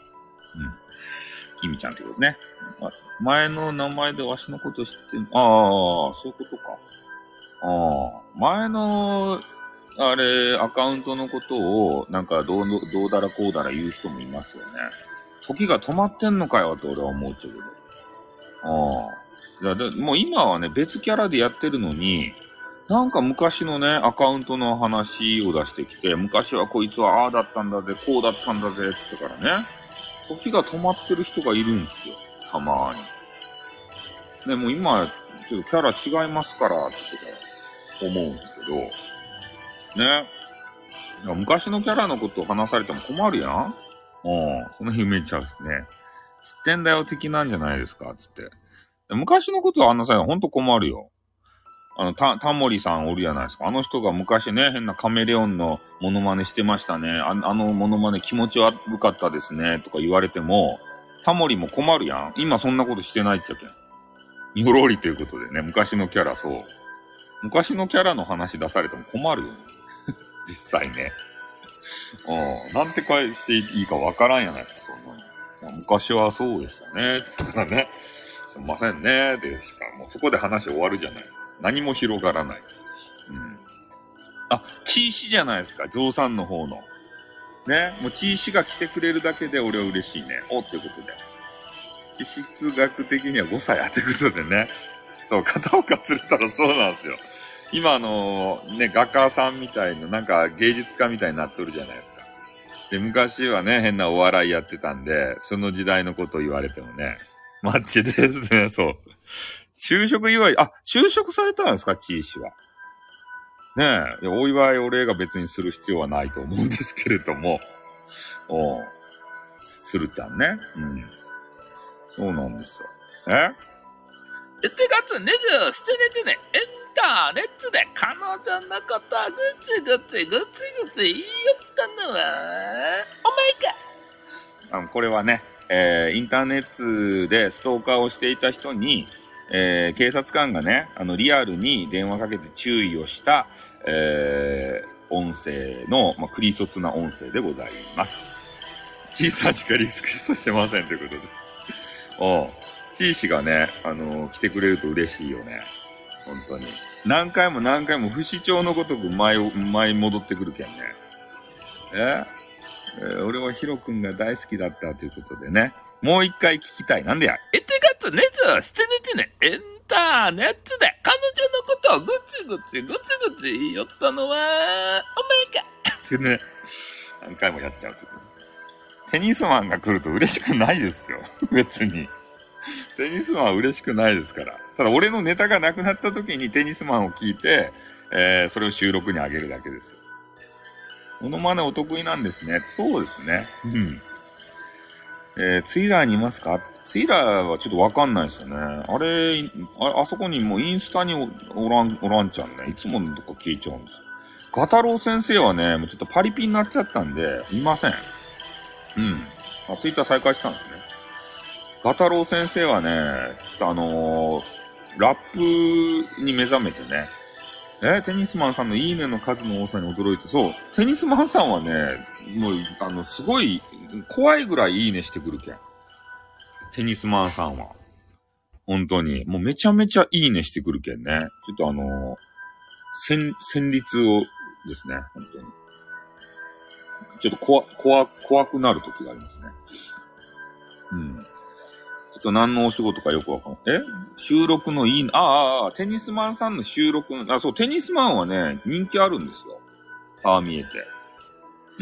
きみちゃんってことね。前の名前でわしのこと知ってん、ああ、そういうことか。ああ、前の、あれ、アカウントのことを、なんかどう、どうだらこうだら言う人もいますよね。時が止まってんのかよと俺は思うっちゃうけど。ああ。だもう今はね、別キャラでやってるのに、なんか昔のね、アカウントの話を出してきて、昔はこいつはああだったんだぜ、こうだったんだぜ、ってからね、時が止まってる人がいるんですよ。たまーに。で、もう今、ちょっとキャラ違いますから、って思うんですけど、ね。昔のキャラのことを話されても困るやん。うん。その夢ちゃうですね。知ってんだよ的なんじゃないですかつって。昔のことを話されたらほんと困るよ。あの、た、タモリさんおるじゃないですか。あの人が昔ね、変なカメレオンのモノマネしてましたね。あ, あのモノマネ気持ち悪かったですね。とか言われても、タモリも困るやん。今そんなことしてないっちゃけん。にょろりということでね、昔のキャラそう。昔のキャラの話出されても困るよね。実際ね。うん。なんて返していいかわからんやないですか、そんなの。昔はそうでしたね。つったらね。すいませんね。でしか、もうそこで話終わるじゃないですか。何も広がらない。うん。あ、チーシじゃないですか、ジョーさんの方の。ね。もうチーシが来てくれるだけで俺は嬉しいね。おってことで。地質学的にはごさいあってことでね。そう、片岡釣れたらそうなんですよ。今あのー、ね、画家さんみたいな、なんか芸術家みたいになっとるじゃないですか。で、昔はね、変なお笑いやってたんで、その時代のことを言われてもね、マッチですね、そう。就職祝い、あ、就職されたんですか、チー氏は。ねえ、いやお祝いお礼が別にする必要はないと思うんですけれども、おするちゃんね。うん。そうなんですよ。えいちがつにじゅうしちにちにインターネットで彼女のことをぐちぐちぐちぐち言いよったのは、お前か。あの、これはね、えー、インターネットでストーカーをしていた人に、えー、警察官がね、あの、リアルに電話かけて注意をした、えー、音声の、まあ、クリソツな音声でございます。チーさんしかリスクリストしてませんということで。おう。チー氏がね、あのー、来てくれると嬉しいよね。本当に。何回も何回も不死鳥のごとく前を、前に戻ってくるけんね。ええー、俺はヒロ君が大好きだったということでね。もう一回聞きたい。なんでや。いちがつにじゅうしちにちにインターネットで彼女のことをぐちぐちぐちぐち言いよったのは、お前か。ってね、何回もやっちゃうってこと。テニスマンが来ると嬉しくないですよ。別に。テニスマンは嬉しくないですから。ただ俺のネタがなくなった時にテニスマンを聞いて、えー、それを収録にあげるだけですよ。モノマネお得意なんですね。そうですね。うん。えー、ツイラーにいますか？ツイラーはちょっとわかんないですよね。あれ、あ、あそこにもうインスタに お, おらん、おらんちゃんね。いつものとこ消えちゃうんですよ。ガタロウ先生はね、もうちょっとパリピになっちゃったんで、いません。うん。あ、ツイッター再開したんですね。ガタロウ先生はね、ちょっとあのー、ラップに目覚めてね、え、テニスマンさんのいいねの数の多さに驚いて、そう、テニスマンさんはね、もう、あの、すごい、怖いぐらいいいねしてくるけん。テニスマンさんは。本当に。もうめちゃめちゃいいねしてくるけんね。ちょっとあのー、戦、戦慄をですね、本当に。ちょっと怖、怖、怖くなる時がありますね。うん。ちょっと何のお仕事かよくわかんない。え収録のいい、ああ、ああ、テニスマンさんの収録の、あ、そう、テニスマンはね、人気あるんですよ。ああ見えて。うん。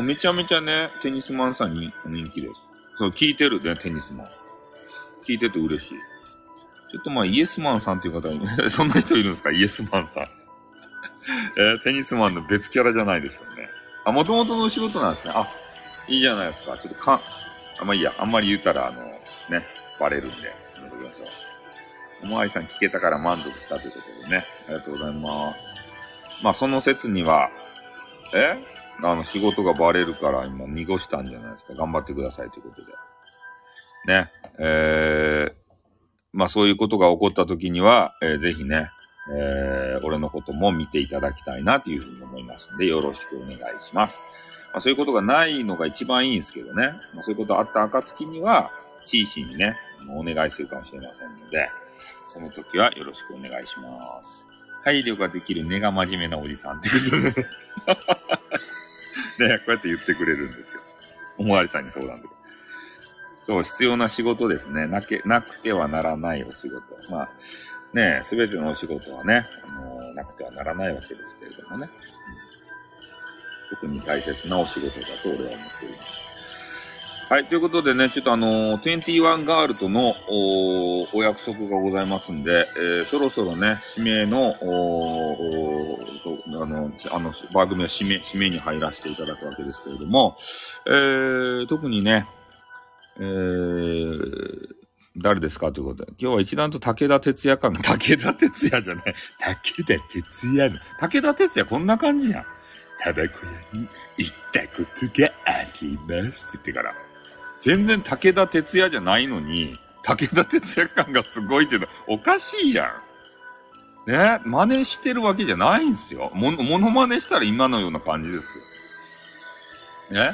めちゃめちゃね、テニスマンさんに人気です。そう、聞いてるね、テニスマン。聞いてて嬉しい。ちょっとまあ、イエスマンさんっていう方に、そんな人いるんですか？イエスマンさん。えー、テニスマンの別キャラじゃないでしょうね。あ、元々のお仕事なんですね。あ、いいじゃないですか。ちょっとか、あ、まあいいや。あんまり言ったら、あの、ね、バレるんで、やめときましょう。おまわりさん聞けたから満足したということでね。ありがとうございます。まあ、その説には、えあの、仕事がバレるから今濁したんじゃないですか。頑張ってくださいということで。ね。えー、まあそういうことが起こった時には、えー、ぜひね、えー、俺のことも見ていただきたいなというふうに思いますので、よろしくお願いします。まあそういうことがないのが一番いいんですけどね。まあそういうことあった暁には、チーシーにね、お願いするかもしれませんので、その時はよろしくお願いします。配慮ができる根が真面目なおじさんってことでね。ね、こうやって言ってくれるんですよ。おまわりさんに相談で。そう、必要な仕事ですね。なけ、なくてはならないお仕事。まあ、ね、すべてのお仕事はね、あのー、なくてはならないわけですけれどもね。うん、特に大切なお仕事だと俺は思っております。はい、ということでね、ちょっとあのー、にじゅういちガールとのお、お約束がございますんで、えー、そろそろね、指名の、おおあの、あの、番組は指名、指名に入らせていただくわけですけれども、えー、特にね、えー、誰ですかということで。今日は一段と武田鉄矢感が、武田鉄矢じゃない。武田鉄矢の。武田鉄矢こんな感じやん。タバコ屋に行ったことがありますって言ってから。全然武田鉄矢じゃないのに、武田鉄矢感がすごいっていうのおかしいやん。ね、真似してるわけじゃないんですよ。もの、もの真似したら今のような感じですよ。ね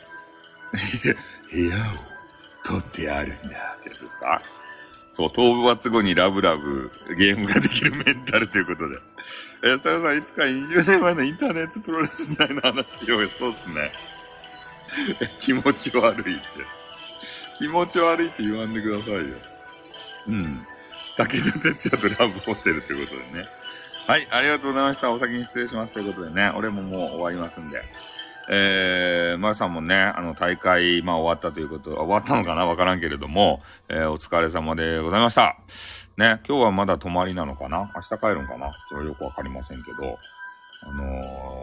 部屋を取ってあるんだってやつですか？そう、討伐後にラブラブゲームができるメンタルということで。えー、スタイルさんいつかにじゅうねんまえのインターネットプロレス時代の話しようよ。そうっすね。気持ち悪いって。気持ち悪いって言わんでくださいよ。うん。武田鉄矢とラブホテルということでね。はい、ありがとうございました。お先に失礼しますということでね。俺ももう終わりますんで。えー、まゆさんもね、あの、大会、まあ終わったということ、終わったのかなわからんけれども、えー、お疲れ様でございました。ね、今日はまだ泊まりなのかな明日帰るんかなちょっとよくわかりませんけど、あのー、ね、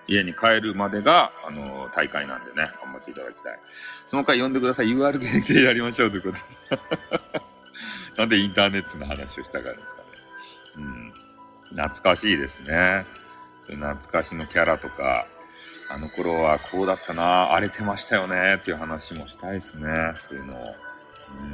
家に帰るまでが、あのー、大会なんでね、頑張っていただきたい。その回読んでください。ユーアール 限定やりましょうということで。なんでインターネットの話をしたからですかね。うん。懐かしいですね。懐かしのキャラとか、あの頃はこうだったな、荒れてましたよね、っていう話もしたいですね。そういうのを。うん。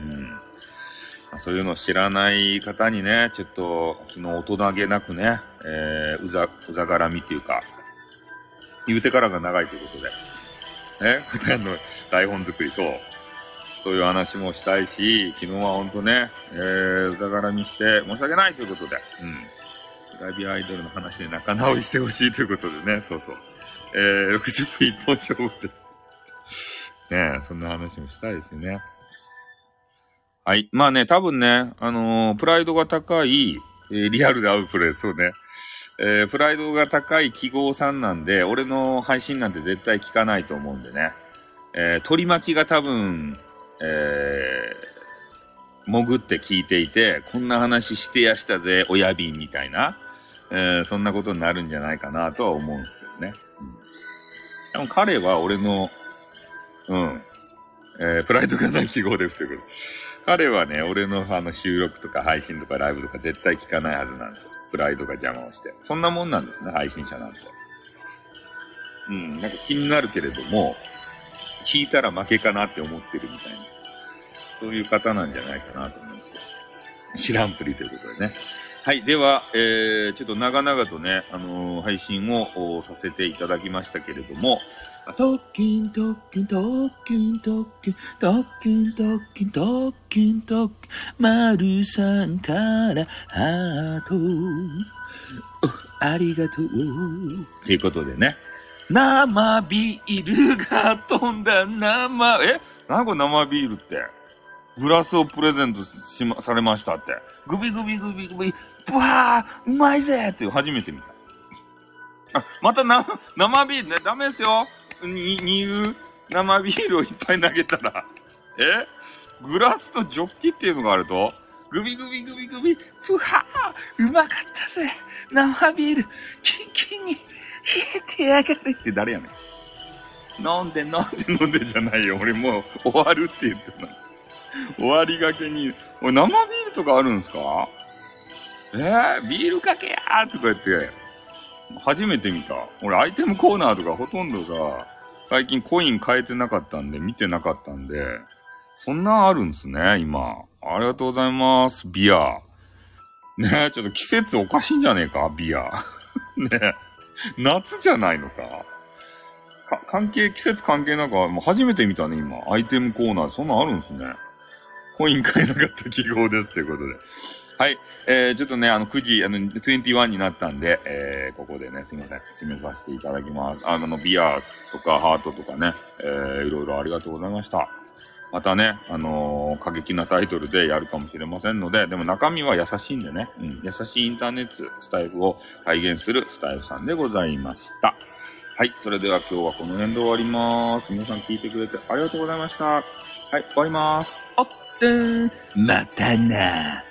そういうのを知らない方にね、ちょっと昨日大人げなくね、えー、うざ、うざがらみっていうか、言うてからが長いということで。ね、普段の台本作り、そう。そういう話もしたいし、昨日はほんとね、えー、うざがらみして申し訳ないということで、うん。ライブアイドルの話で仲直りしてほしいということでね、そうそう。えー、ろくじゅっぷん一本勝負で。ねえ、そんな話もしたいですよね。はい。まあね、多分ね、あのー、プライドが高い、えー、リアルで会うプレイ、そうね。えー、プライドが高い記号さんなんで、俺の配信なんて絶対聞かないと思うんでね。えー、取り巻きが多分、えー、潜って聞いていて、こんな話してやしたぜ、親瓶みたいな、えー、そんなことになるんじゃないかなとは思うんですけどね。うん、でも彼は俺の、うん、えー、プライドがない記号でってくる。彼はね、俺のあの収録とか配信とかライブとか絶対聞かないはずなんですよ。プライドが邪魔をして。そんなもんなんですね、配信者なんて。うん、なんか気になるけれども、聞いたら負けかなって思ってるみたいな。そういう方なんじゃないかなと思うんですけど。知らんぷりということでね。はい。では、えー、ちょっと長々とね、あのー、配信をさせていただきましたけれども、トッキントッキントッキントッキントッキントッキントッキントッキン丸さんからハートありがとうということでね、生ビールが飛んだ生、え何これ生ビールって。グラスをプレゼントしま、されましたって。グビグビグビグビ、ブワーうまいぜって初めて見た。あ、またな、生ビールね、ダメですよ。に、に言う生ビールをいっぱい投げたら。えグラスとジョッキっていうのがあると、グビグビグビグビ、ふはーうまかったぜ生ビール、キンキンに冷えてやがれって誰やねん。飲んで飲んで飲んでじゃないよ。俺もう終わるって言ってたの。終わりがけに、おい生ビールとかあるんすか？えー、ビールかけやーとか言って、初めて見た。俺アイテムコーナーとかほとんどさ、最近コイン変えてなかったんで、見てなかったんで、そんなんあるんすね、今。ありがとうございます。ビア。ねえ、ちょっと季節おかしいんじゃねえか、ビア。ねえ、夏じゃないのか。か、関係、季節関係なく、もう初めて見たね、今。アイテムコーナー、そんなんあるんすね。コイン買えなかった記号ですということで。はい。えー、ちょっとね、あの、くじ、あの、にじゅういちになったんで、えー、ここでね、すいません。締めさせていただきます。あの、ビアとかハートとかね、えー、いろいろありがとうございました。またね、あのー、過激なタイトルでやるかもしれませんので、でも中身は優しいんでね、うん、優しいインターネット、スタイフを体現するスタイフさんでございました。はい。それでは今日はこの辺で終わります。皆さん聞いてくれてありがとうございました。はい、終わります。おっ、またな。